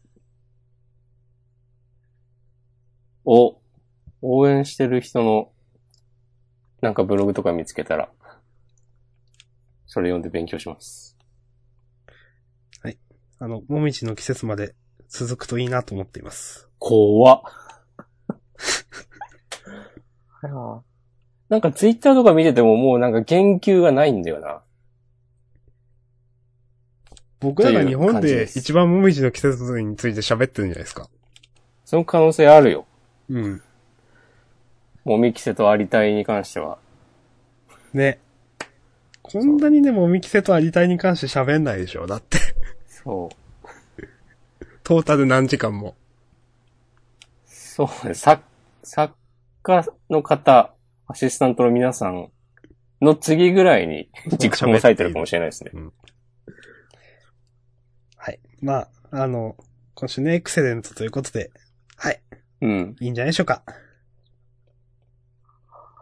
を応援してる人のなんかブログとか見つけたら、それ読んで勉強します。 はい。あの、もみじの季節まで続くといいなと思っています。 怖っ。なんかツイッターとか見ててももうなんか言及がないんだよな。 僕らが日本で一番もみじの季節について喋ってるんじゃないですか。 その可能性あるよ。 うん。 もみ季節とありたいに関しては。 ね。こんなにね、もみ季節とありたいに関して喋んないでしょ、だって。 そう。 トータル何時間も。 そうね。作、作家の方、アシスタントの皆さんの次ぐらいに時間を割いてるかもしれないですね。うん、 はい。まあ、あの、今週ね、エクセレントということで、はい。 うん。 いいんじゃないでしょうか。 はい、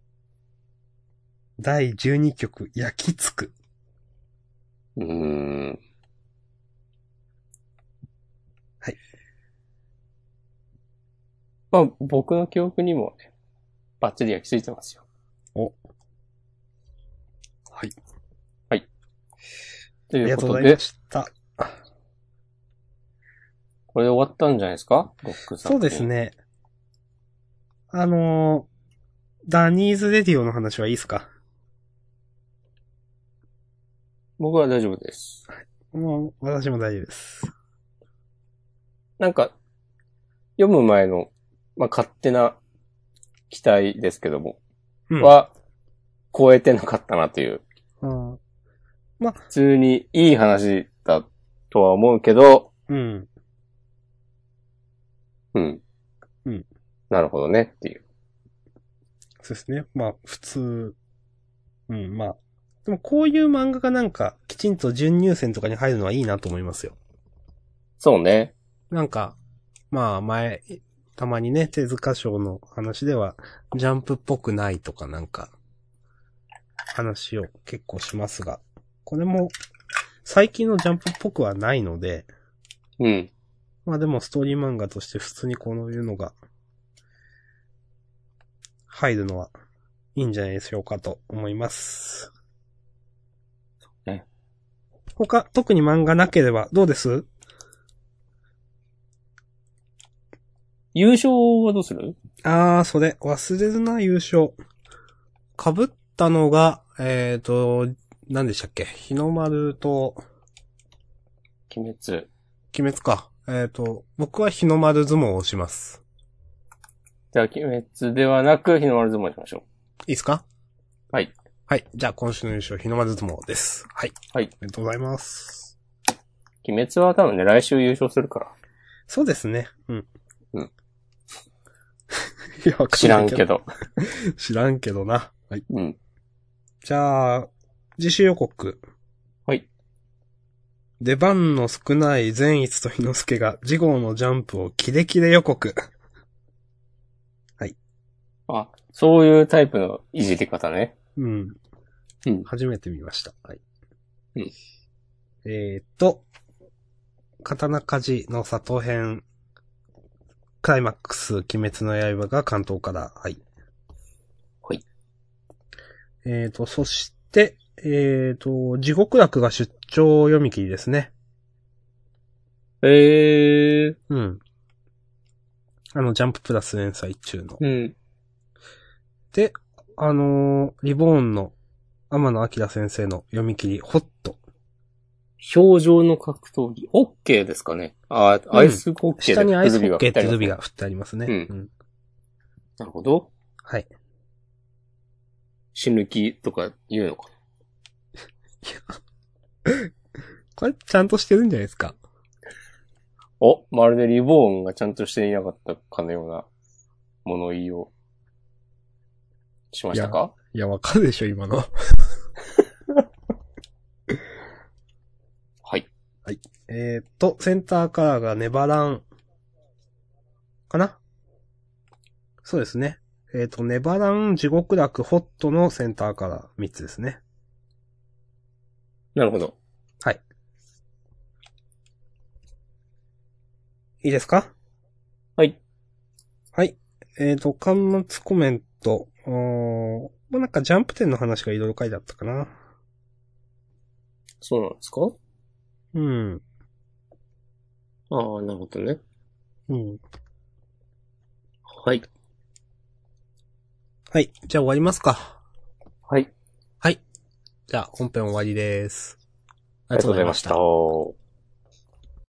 だいじゅうにきょく、焼き付く。 うーん。 はい。 まあ、僕の記憶にもね、バッチリ焼き付いてますよ。 お。はい。 はい。ということで。ありがとうございました。これで終わったんじゃないですか？ロック作品。 そうですね。あのー、ダニーズレディオの話はいいですか？ 僕は大丈夫です。 はい。もう、私も大丈夫です。 なんか、読む前の、まあ、勝手な期待ですけども、うん、は、超えてなかったなという。 うん。まあ、 普通にいい話だとは思うけど、 うん。 うん。 うん。 なるほどねっていう。 そうですね。まあ、普通。うん、まあ。でもこういう漫画がなんか、きちんと準入選とかに入るのはいいなと思いますよ。 そうね。 なんか、 まあ前、たまにね、手塚賞の話では、ジャンプっぽくないとかなんか、話を結構しますが、これも、最近のジャンプっぽくはないので、 うん。 まあでもストーリー漫画として普通にこういうのが、入るのはいいんじゃないでしょうかと思います。 ね。 他、特に漫画なければ、どうです？ 優勝はどうする？ あー、それ、忘れるな、優勝。被ったのが、えーと、何でしたっけ？日の丸と、 鬼滅。 鬼滅か。えーと、僕は日の丸相撲をします。 じゃあ、鬼滅ではなく、日の丸相撲にしましょう。 いいですか？ はい。 はい。じゃあ今週の優勝、日の丸相撲です。はい。 はい。 ありがとうございます。 鬼滅は多分ね、来週優勝するから。 そうですね。うん。 うん。 いや、 知らんけど。 知らんけどな。はい。 うん。 じゃあ、次週予告。 はい。 出番の少ない善逸と日之助が次号のジャンプをキレキレ予告。はい。 あ、そういうタイプのいじり方ね。 うん。 うん。 初めて見ました。はい。 うん。 えーっと、刀鍛冶の里編、クライマックス、鬼滅の刃が関東から、はい。 はい。 えーと、そして、えーと、地獄楽が出張読み切りですね。 えー。 うん。あの、ジャンププラス連載中の。 うん。 で、あのー、リボーンの天野明先生の読み切り、ホット。 表情の格闘技、オッケーですかね。あ、アイスホッケーで、 下にアイスホッケーってルビがが振ってありますね。 うん。うん、なるほど。 はい。 死ぬ気とか言うのかな。いや。これちゃんとしてるんじゃないですか。 お、まるでリボーンがちゃんとしていなかったかのような物言いをしましたか？ いや、わかるでしょ、今の。 はい。 はい。えー、っと、センターカラーがネバラン。かな？そうですね。えー、っと、ネバラン、地獄楽、ホットのセンターカラーみっつですね。 なるほど。 はい。いいですか？ はい。 はい。えっ、ー、と、端末コメント。うーん。もうなんかジャンプ展の話がいろいろ書いてあったかな。 そうなんですか？ うん。 ああ、なるほどね。 うん。 はい。 はい。じゃあ終わりますか。 はい。 はい。じゃあ本編終わりです。 ありがとうございました。